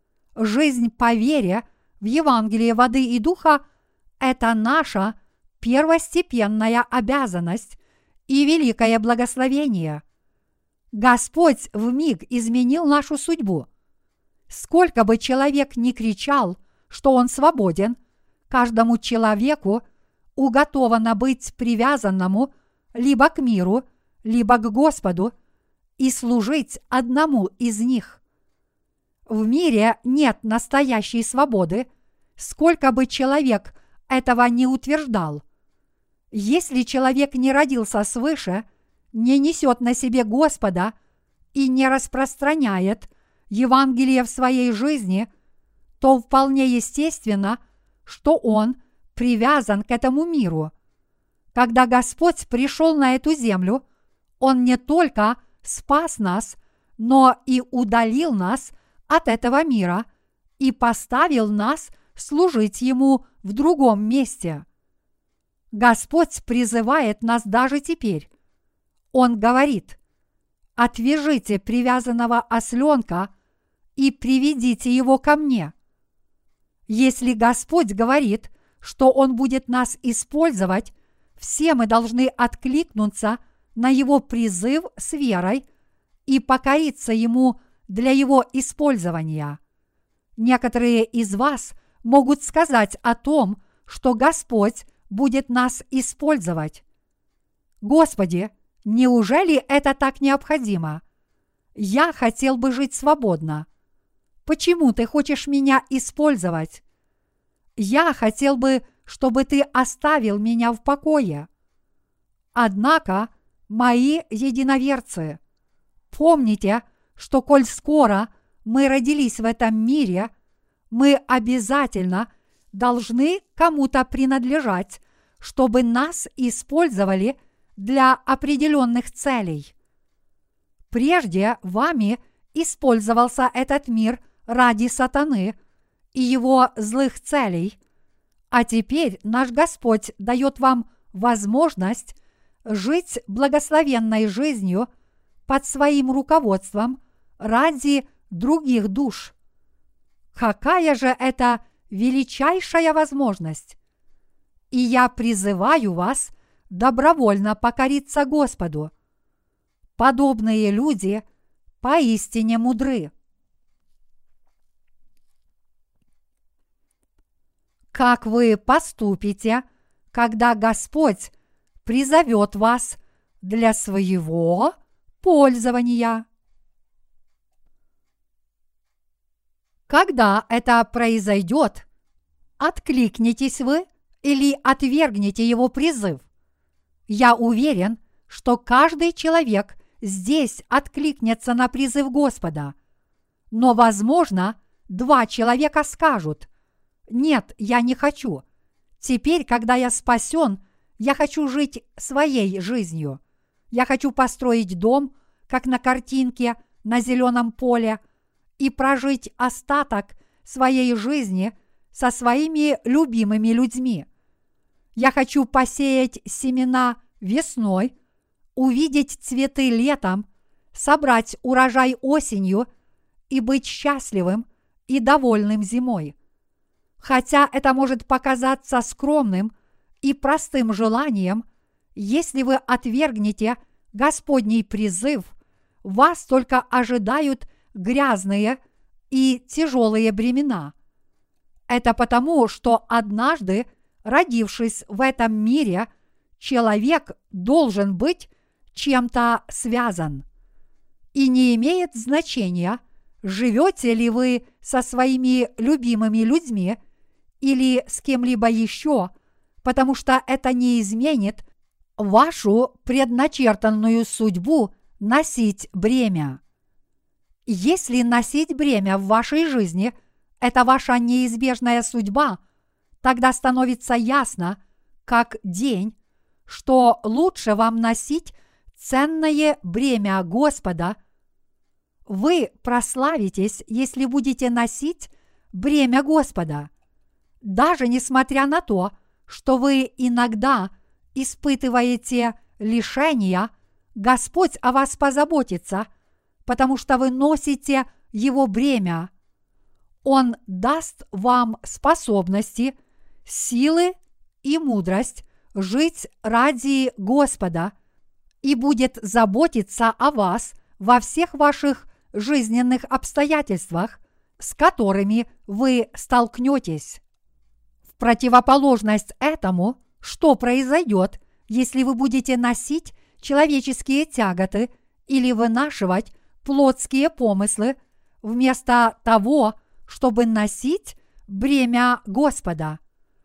Жизнь по вере в Евангелие воды и духа – это наша первостепенная обязанность и великое благословение. Господь вмиг изменил нашу судьбу. Сколько бы человек ни кричал, что он свободен, каждому человеку уготовано быть привязанному либо к миру, либо к Господу и служить одному из них. В мире нет настоящей свободы, сколько бы человек этого не утверждал. Если человек не родился свыше, не несет на себе Господа и не распространяет Евангелие в своей жизни, то вполне естественно, что он привязан к этому миру. Когда Господь пришел на эту землю, Он не только спас нас, но и удалил нас от этого мира и поставил нас служить Ему в другом месте. Господь призывает нас даже теперь. Он говорит: «Отвяжите привязанного осленка и приведите его ко мне». Если Господь говорит, что Он будет нас использовать, все мы должны откликнуться на Его призыв с верой и покориться Ему для Его использования. Некоторые из вас могут сказать о том, что Господь будет нас использовать. Господи, неужели это так необходимо? Я хотел бы жить свободно. Почему ты хочешь меня использовать? Я хотел бы, чтобы ты оставил меня в покое. Однако, мои единоверцы, помните, что коль скоро мы родились в этом мире, мы обязательно должны кому-то принадлежать, чтобы нас использовали для определенных целей. Прежде вами использовался этот мир ради сатаны и его злых целей, а теперь наш Господь дает вам возможность жить благословенной жизнью под своим руководством ради других душ. Какая же это величайшая возможность! И я призываю вас добровольно покориться Господу. Подобные люди поистине мудры. Как вы поступите, когда Господь призовет вас для своего пользования? Когда это произойдет, откликнетесь вы или отвергнете его призыв? Я уверен, что каждый человек здесь откликнется на призыв Господа. Но, возможно, два человека скажут: «Нет, я не хочу. Теперь, когда я спасен, я хочу жить своей жизнью. Я хочу построить дом, как на картинке на зеленом поле, и прожить остаток своей жизни со своими любимыми людьми. Я хочу посеять семена весной, увидеть цветы летом, собрать урожай осенью и быть счастливым и довольным зимой. Хотя это может показаться скромным и простым желанием, если вы отвергнете Господний призыв, вас только ожидают грязные и тяжелые бремена. Это потому, что однажды, родившись в этом мире, человек должен быть чем-то связан. И не имеет значения, живете ли вы со своими любимыми людьми или с кем-либо еще, потому что это не изменит вашу предначертанную судьбу носить бремя. Если носить бремя в вашей жизни – это ваша неизбежная судьба, тогда становится ясно, как день, что лучше вам носить ценное бремя Господа. Вы прославитесь, если будете носить бремя Господа. Даже несмотря на то, что вы иногда испытываете лишения, Господь о вас позаботится, потому что вы носите Его бремя. Он даст вам способности, силы и мудрость жить ради Господа и будет заботиться о вас во всех ваших жизненных обстоятельствах, с которыми вы столкнетесь. В противоположность этому, что произойдет, если вы будете носить человеческие тяготы или вынашивать плотские помыслы, вместо того, чтобы носить бремя Господа?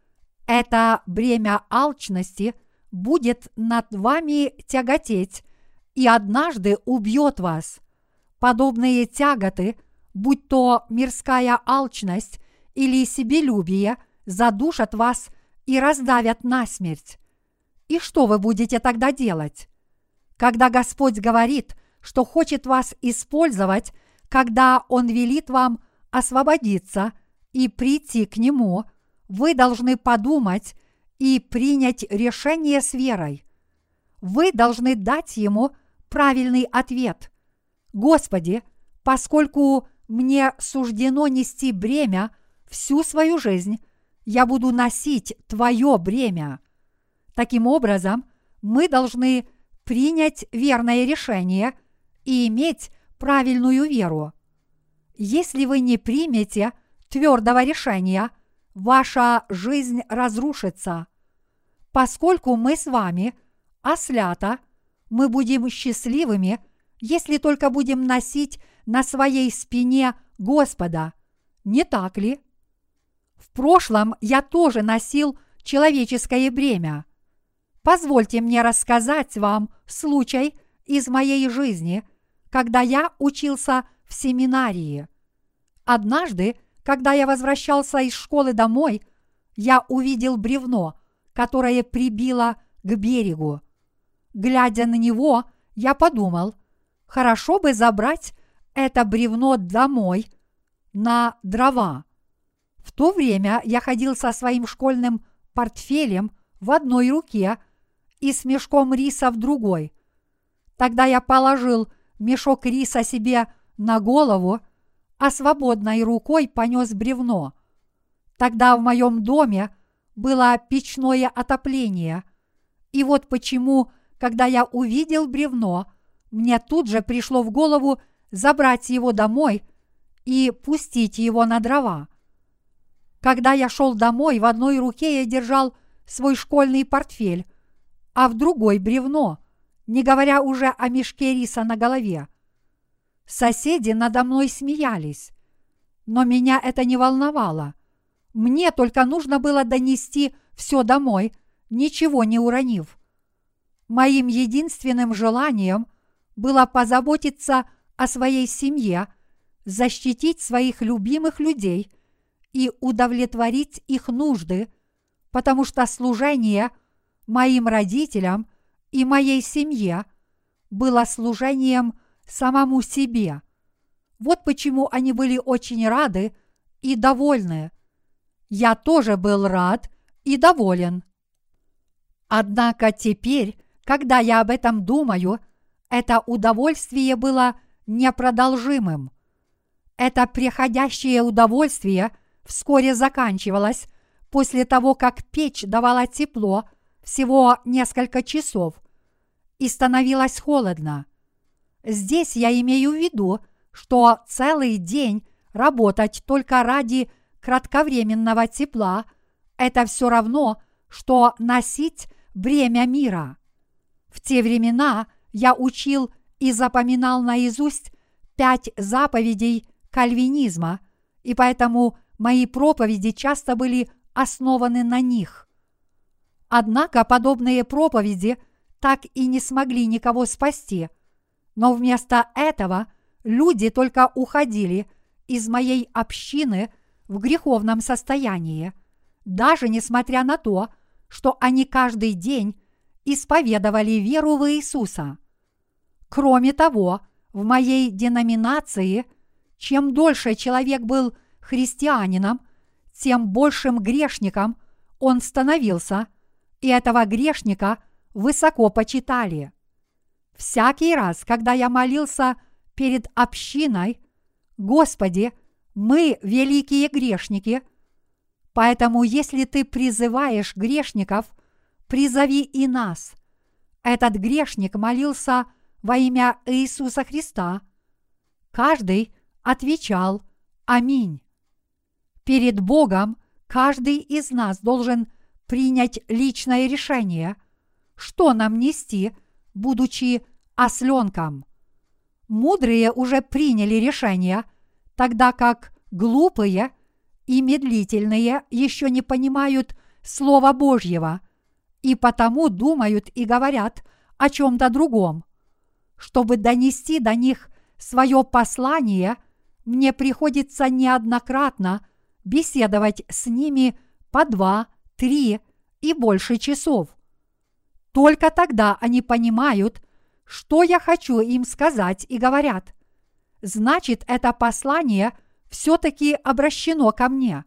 Это бремя алчности будет над вами тяготеть и однажды убьет вас. Подобные тяготы, будь то мирская алчность или себелюбие, задушат вас и раздавят насмерть. И что вы будете тогда делать? Когда Господь говорит, что хочет вас использовать, когда Он велит вам освободиться и прийти к Нему, вы должны подумать и принять решение с верой. Вы должны дать Ему правильный ответ. Господи, поскольку мне суждено нести бремя всю свою жизнь, я буду носить Твое бремя. Таким образом, мы должны принять верное решение и иметь правильную веру. Если вы не примете твердого решения, ваша жизнь разрушится. Поскольку мы с вами ослята, мы будем счастливыми, если только будем носить на своей спине Господа. Не так ли? В прошлом я тоже носил человеческое бремя. Позвольте мне рассказать вам случай из моей жизни, когда я учился в семинарии. Однажды, когда я возвращался из школы домой, я увидел бревно, которое прибило к берегу. Глядя на него, я подумал, хорошо бы забрать это бревно домой на дрова. В то время я ходил со своим школьным портфелем в одной руке и с мешком риса в другой. Тогда я положил мешок риса себе на голову, а свободной рукой понес бревно. Тогда в моем доме было печное отопление. И вот почему, когда я увидел бревно, мне тут же пришло в голову забрать его домой и пустить его на дрова. Когда я шел домой, в одной руке я держал свой школьный портфель, а в другой бревно, не говоря уже о мешке риса на голове. Соседи надо мной смеялись, но меня это не волновало. Мне только нужно было донести все домой, ничего не уронив. Моим единственным желанием было позаботиться о своей семье, защитить своих любимых людей и удовлетворить их нужды, потому что служение моим родителям и моей семье было служением самому себе. Вот почему они были очень рады и довольны. Я тоже был рад и доволен. Однако теперь, когда я об этом думаю, это удовольствие было непродолжимым. Это приходящее удовольствие вскоре заканчивалось после того, как печь давала тепло всего несколько часов и становилось холодно. Здесь я имею в виду, что целый день работать только ради кратковременного тепла – это все равно, что носить бремя мира. В те времена я учил и запоминал наизусть пять заповедей кальвинизма, и поэтому мои проповеди часто были основаны на них. Однако подобные проповеди так и не смогли никого спасти, но вместо этого люди только уходили из моей общины в греховном состоянии, даже несмотря на то, что они каждый день исповедовали веру в Иисуса. Кроме того, в моей деноминации, чем дольше человек был христианином, тем большим грешником он становился, и этого грешника высоко почитали. Всякий раз, когда я молился перед общиной: «Господи, мы великие грешники», поэтому если ты призываешь грешников, призови и нас. Этот грешник молился во имя Иисуса Христа. Каждый отвечал «Аминь». Перед Богом каждый из нас должен принять личное решение, что нам нести, будучи осленком. Мудрые уже приняли решение, тогда как глупые и медлительные еще не понимают Слова Божьего и потому думают и говорят о чем-то другом. Чтобы донести до них свое послание, мне приходится неоднократно беседовать с ними по два, три и больше часов. Только тогда они понимают, что я хочу им сказать, и говорят: значит, это послание все-таки обращено ко мне.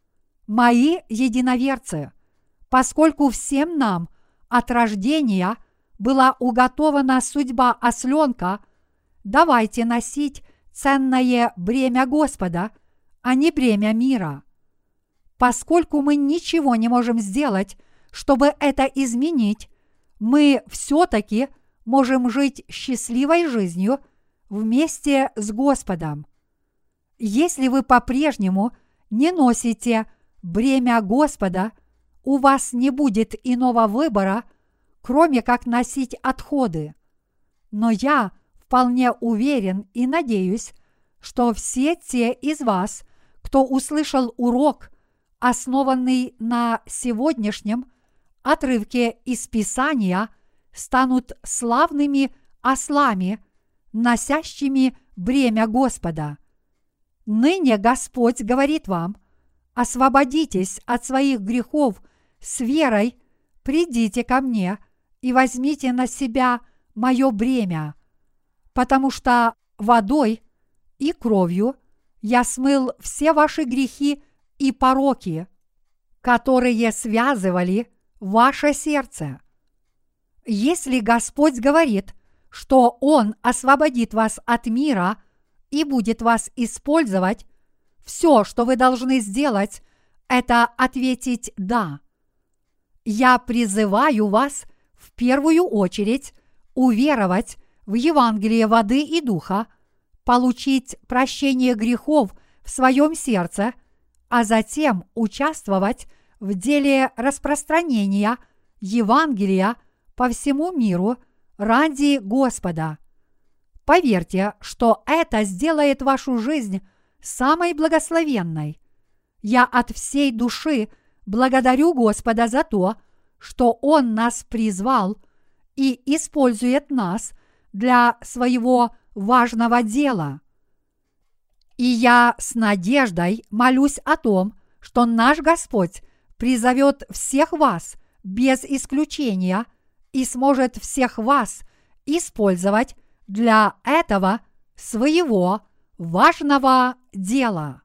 Мои единоверцы, поскольку всем нам от рождения была уготована судьба осленка, давайте носить ценное бремя Господа, а не бремя мира. Поскольку мы ничего не можем сделать, чтобы это изменить, мы все-таки можем жить счастливой жизнью вместе с Господом. Если вы по-прежнему не носите бремя Господа, у вас не будет иного выбора, кроме как носить отходы. Но я вполне уверен и надеюсь, что все те из вас, кто услышал урок, основанный на сегодняшнем отрывке из Писания, станут славными ослами, носящими бремя Господа. Ныне Господь говорит вам: освободитесь от своих грехов с верой, придите ко мне и возьмите на себя мое бремя, потому что водой и кровью я смыл все ваши грехи и пороки, которые связывали ваше сердце. Если Господь говорит, что Он освободит вас от мира и будет вас использовать, все, что вы должны сделать, это ответить «да». Я призываю вас в первую очередь уверовать в Евангелие воды и духа, получить прощение грехов в своем сердце, а затем участвовать в деле распространения Евангелия по всему миру ради Господа. Поверьте, что это сделает вашу жизнь самой благословенной. Я от всей души благодарю Господа за то, что Он нас призвал и использует нас для своего важного дела. И я с надеждой молюсь о том, что наш Господь призовет всех вас без исключения и сможет всех вас использовать для этого своего важного дела.